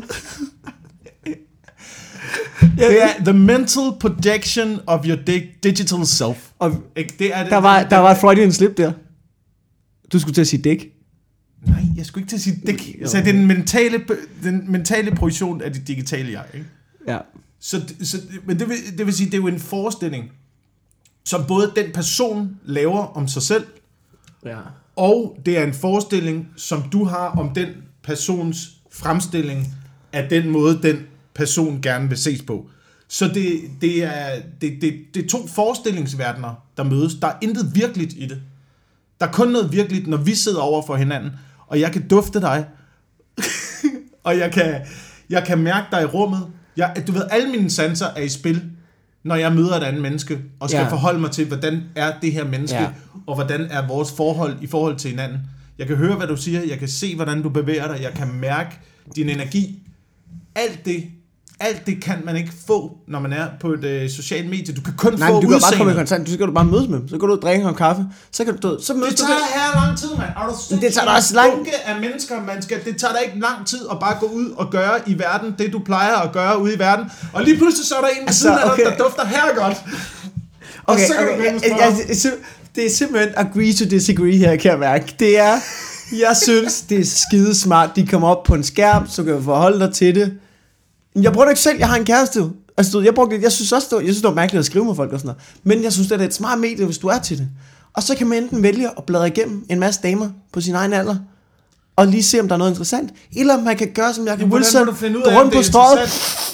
Det er the mental projection of your dig- digital self.
Og
Ikke? Det er det,
der var,
det,
der var et Freudian slip der. Du skulle til at sige dæk.
Nej, jeg skulle ikke til at sige det. Så det er den mentale, den mentale projektion af det digitale jeg. Ikke?
Ja.
Så, så, men det vil, det vil sige, det er jo en forestilling, som både den person laver om sig selv,
Ja.
og det er en forestilling, som du har om den persons fremstilling af den måde, den person gerne vil ses på. Så det, det, er, det, det, det er to forestillingsverdener, der mødes. Der er intet virkeligt i det. Der er kun noget virkeligt, når vi sidder over for hinanden, og jeg kan dufte dig, og jeg kan, jeg kan mærke dig i rummet. Jeg, du ved, alle mine sanser er i spil, når jeg møder et andet menneske, og skal
Ja.
ja. forholde mig til, hvordan er det her menneske,
Ja.
ja. og hvordan er vores forhold i forhold til hinanden. Jeg kan høre, hvad du siger, jeg kan se, hvordan du bevæger dig, jeg kan mærke din energi. Alt det alt det kan man ikke få, når man er på et øh, socialt medie. Du kan kun
Nej,
få
du kan bare komme i
udseendet.
kontakt. Du skal du bare mødes med dem. Så kan du drikke en kaffe. Så kan du, så mødes
Det
du
tager
med.
her lang tid, mand. Er du sindssygt?
Det tager da også lang-
bunke af mennesker, man skal. Det tager da ikke lang tid at bare gå ud og gøre i verden det, du plejer at gøre ude i verden. Og lige pludselig så er der en ved
Altså,
siden af dig,
okay.
der dufter her godt. Og
Okay,
så kan
okay.
du vende
Jeg, jeg, jeg, det er simpelthen agree to disagree her, kan jeg mærke. Det er, jeg synes, det er skide smart. De kommer op på en skærm, så kan du forholde dig til det. Jeg bruger det ikke selv, jeg har en kæreste. Altså, jeg, brugte, jeg synes også, det var, jeg synes, det var mærkeligt at skrive med folk og sådan noget. Men jeg synes, det er et smart medie, hvis du er til det. Og så kan man enten vælge at bladre igennem en masse damer på sin egen alder, og lige se, om der er noget interessant. Eller man kan gøre, som jeg kan Wilson, gå rundt på strøget.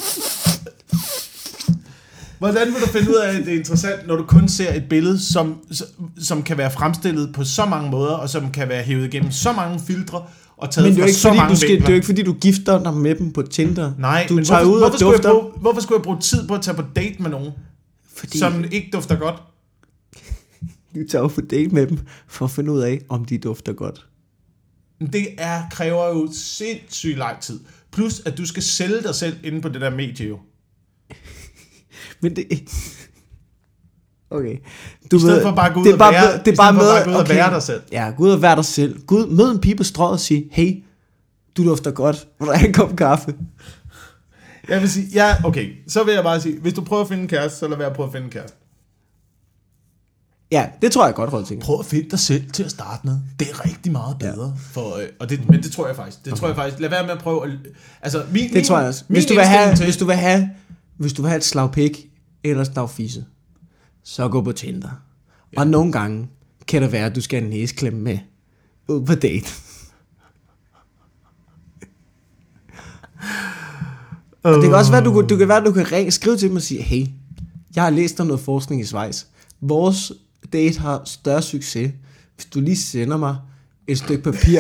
Hvordan vil du finde ud af, at det er interessant, når du kun ser et billede, som, som kan være fremstillet på så mange måder, og som kan være hævet igennem så mange filtre, og taget
Men det er
fra
jo ikke,
så
fordi,
mange
du skal,
vinkler?
det er jo ikke fordi, du gifter dig med dem på Tinder.
Nej,
du
men
tager
hvorfor,
ud
hvorfor,
og
skulle jeg
dufter.
bruge, hvorfor skulle jeg bruge tid på at tage på date med nogen,
Fordi
som ikke dufter godt?
du tager jo på date med dem, for at finde ud af, om de dufter godt.
Det er, kræver jo sindssygt lang tid. Plus, at du skal sælge dig selv inde på det der medie jo.
Men det... Okay. Du
I stedet
ved,
for bare at gå ud
det er
og
bare,
være-
det er
i
bare
stedet for
med,
bare at gå ud og
okay.
være dig selv.
Ja, gå ud og være dig selv. Gå ud, mød en pige på strøget og sige, hey, du dufter godt. Vil du have en kop kaffe?
Jeg vil sige, ja, okay, så vil jeg bare sige, hvis du prøver at finde en kæreste, så lad være at prøve at finde en kæreste.
Ja, det tror jeg godt, råd til.
Prøv at finde dig selv til at starte med. Det er rigtig meget bedre. Ja. For, øh, og det, men det tror jeg faktisk. Det okay. tror jeg faktisk. Lad være med at prøve at... Altså, min,
Det
min,
tror jeg også.
min
Hvis du vil have,
indstilling til-
hvis du vil have, hvis du vil have et slag pik, eller et slag fisse, så gå på Tinder. Ja. Og nogle gange kan det være, at du skal have en næseklemme med ud på date. Og det kan også være, du, kan- du kan være, du kan ringe, skrive til dem og sige, hey, jeg har læst om noget forskning i Schweiz. Vores date har større succes, hvis du lige sender mig et stykke papir,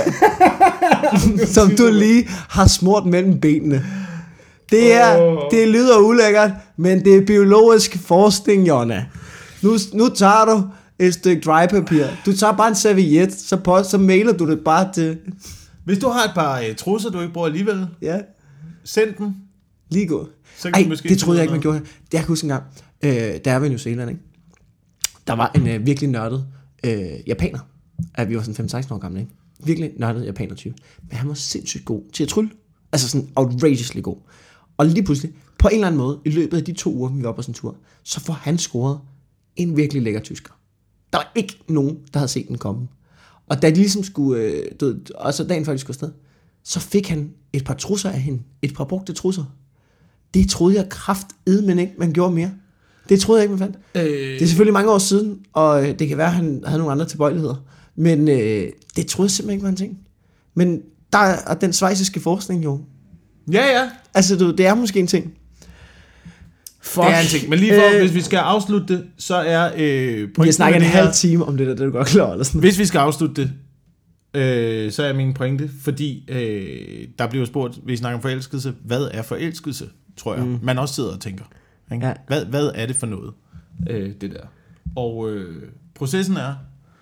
som du lige har smurt mellem benene. Det er, det lyder ulækkert, men det er biologisk forskning, Jonna. Nu, nu tager du et stykke drypapir. Du tager bare en serviet, så, på, så mailer du det bare til...
Hvis du har et par øh, trusser, du ikke bruger alligevel,
Ja,
send dem.
lige gå.
Så kan
Ej,
du måske
det troede jeg
finde
ikke, man
ud af
gjorde. Det jeg kan huske engang, øh, der var i New Zealand, ikke? Der var en øh, virkelig nørdet øh, japaner. At vi var sådan femten seksten år gamle, ikke? Virkelig nørdet japaner-type. Men han var sindssygt god til at trylle. Altså sådan outrageously god. Og lige pludselig, på en eller anden måde, i løbet af de to uger, vi var på sådan en tur, så får han scoret en virkelig lækker tysker. Der var ikke nogen, der havde set den komme. Og da de ligesom skulle, øh, du ved, og så dagen før de skulle afsted, så fik han et par trusser af hende. Et par brugte trusser. Det troede jeg kraftedme ikke, man gjorde mere. Det troede jeg ikke, man fandt.
Øh,
Det er selvfølgelig mange år siden, og øh, det kan være, at han havde nogle andre tilbøjeligheder. Men øh, det troede jeg simpelthen ikke var en ting. Men der er den schweiziske forskning jo.
Ja, ja.
Altså, du, det er måske en ting. Fuck.
Det er en ting. Men lige for,
Øh,
øh, hvis vi skal afslutte det, så er øh,
Vi har
pointen
snakket
med
en
det her-
halv time om det der, det er du godt klar over, eller sådan.
Hvis vi skal afslutte det, øh, så er min pointe, fordi øh, der bliver spurgt, hvis vi snakker om forelskelse, hvad er forelskelse, tror jeg. Mm. Man også sidder og tænker. Ikke?
Ja.
Hvad, hvad er det for noget, øh, det der? Og øh, processen er,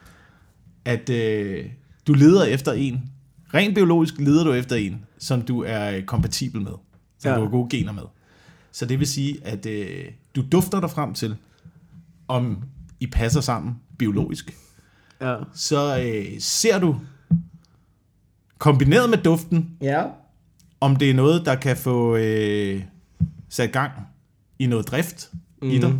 at øh, du leder efter en, rent biologisk leder du efter en, som du er øh, kompatibel med, som
Ja.
du har gode gener med. Så det vil sige, at øh, du dufter dig frem til, om I passer sammen biologisk.
Ja.
Så øh, ser du, kombineret med duften,
Ja.
om det er noget, der kan få øh, sat gang i noget drift mm. i dig.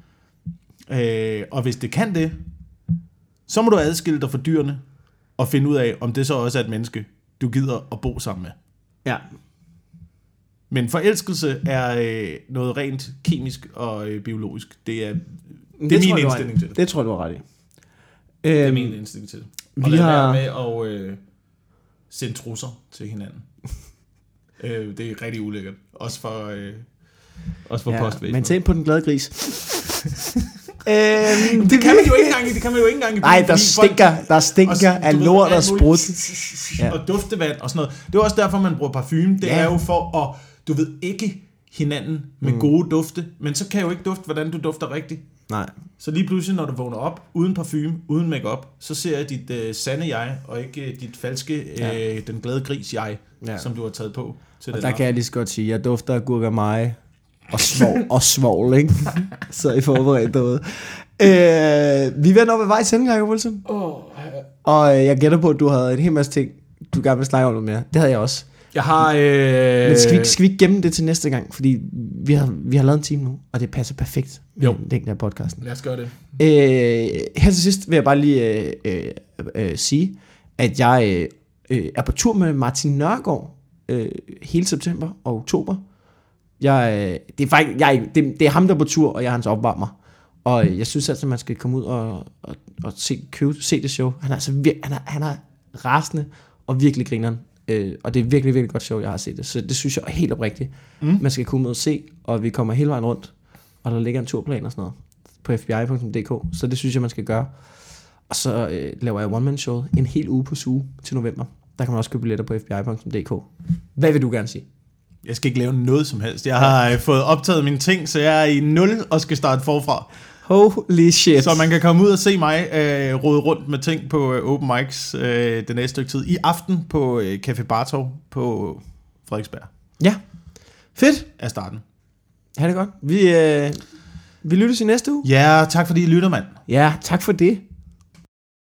Øh, og hvis det kan det, så må du adskille dig fra dyrene, og finde ud af, om det så også er et menneske, du gider at bo sammen med.
Ja.
Men forelskelse er øh, noget rent kemisk og øh, biologisk. Det er, det er
tror
min
jeg, du har
indstilling
ret.
til det.
Det tror jeg, du har ret i.
Det er
Øhm,
min indstilling til det.
vi
Og lad
har-
være med at øh, sende trusser til hinanden. øh, det er rigtig ulækkert. Også for, øh, også for
ja,
postvæsenet.
men tænk på den glade gris. øhm,
Det kan man jo ikke engang, det kan man jo ikke engang i
Nej,
byen,
der
fordi folk-
stinker, der stinker
og,
af
du ved,
lort og
alt muligt,
sprut. Ja.
Og duftevand og sådan noget. Det er også derfor, man bruger parfume. Det
Ja.
er jo for at, du ved, ikke hinanden med mm. gode dufte, men så kan jeg jo ikke dufte, hvordan du dufter rigtigt.
Nej.
Så lige pludselig, når du vågner op, uden parfume, uden makeup, så ser jeg dit øh, sande jeg, og ikke øh, dit falske, øh,
Ja.
den glade gris jeg. ja. som du har taget på til
og
den
der
aften.
kan jeg lige så godt sige, at jeg dufter af gurkemeje og svovl, og svovl, ikke? Så I forberedt derude. Øh, vi er ved at nå ved vej til Jacob Wilson.
Oh.
Og jeg gætter på, at du havde en hel masse ting, du gerne vil snakke om noget mere. Det havde jeg også.
Jeg har... Øh...
Men skal vi, skal vi ikke gemme det til næste gang? Fordi vi har, vi har lavet en time nu, og det passer perfekt med
jo.
den der podcasten.
Lad os gøre det.
Øh, her til sidst vil jeg bare lige øh, øh, øh, sige, at jeg øh, er på tur med Martin Nørgaard øh, hele september og oktober. Jeg, øh, det, er faktisk, jeg, det, det er ham, der er på tur, og jeg er hans opvarmer. Og øh, jeg synes altså, at man skal komme ud og, og, og se, købe, se det show. Han er, altså vir, han er, han er rasende og virkelig grineren. Øh, og det er virkelig, virkelig godt show, jeg har set det. Så det synes jeg er helt oprigtigt. Mm. Man skal komme ud og se, og vi kommer hele vejen rundt. Og der ligger en turplan og sådan noget på f b i punktum d k. Så det synes jeg, man skal gøre. Og så øh, laver jeg one-man-show en hel uge på Zoo til november. Der kan man også købe billetter på f b i punktum d k. Hvad vil du gerne sige?
Jeg skal ikke lave noget som helst. Jeg har ja. fået optaget mine ting, så jeg er i nul og skal starte forfra.
Holy shit.
Så man kan komme ud og se mig øh, rode rundt med ting på øh, open mics øh, det næste stykke tid. I aften på øh, Café Bartov på Frederiksberg.
Ja, fedt.
Er starten.
Ha' det godt. Vi, øh, vi lyttes i næste uge.
Ja, tak fordi I lytter, mand.
Ja, tak for det.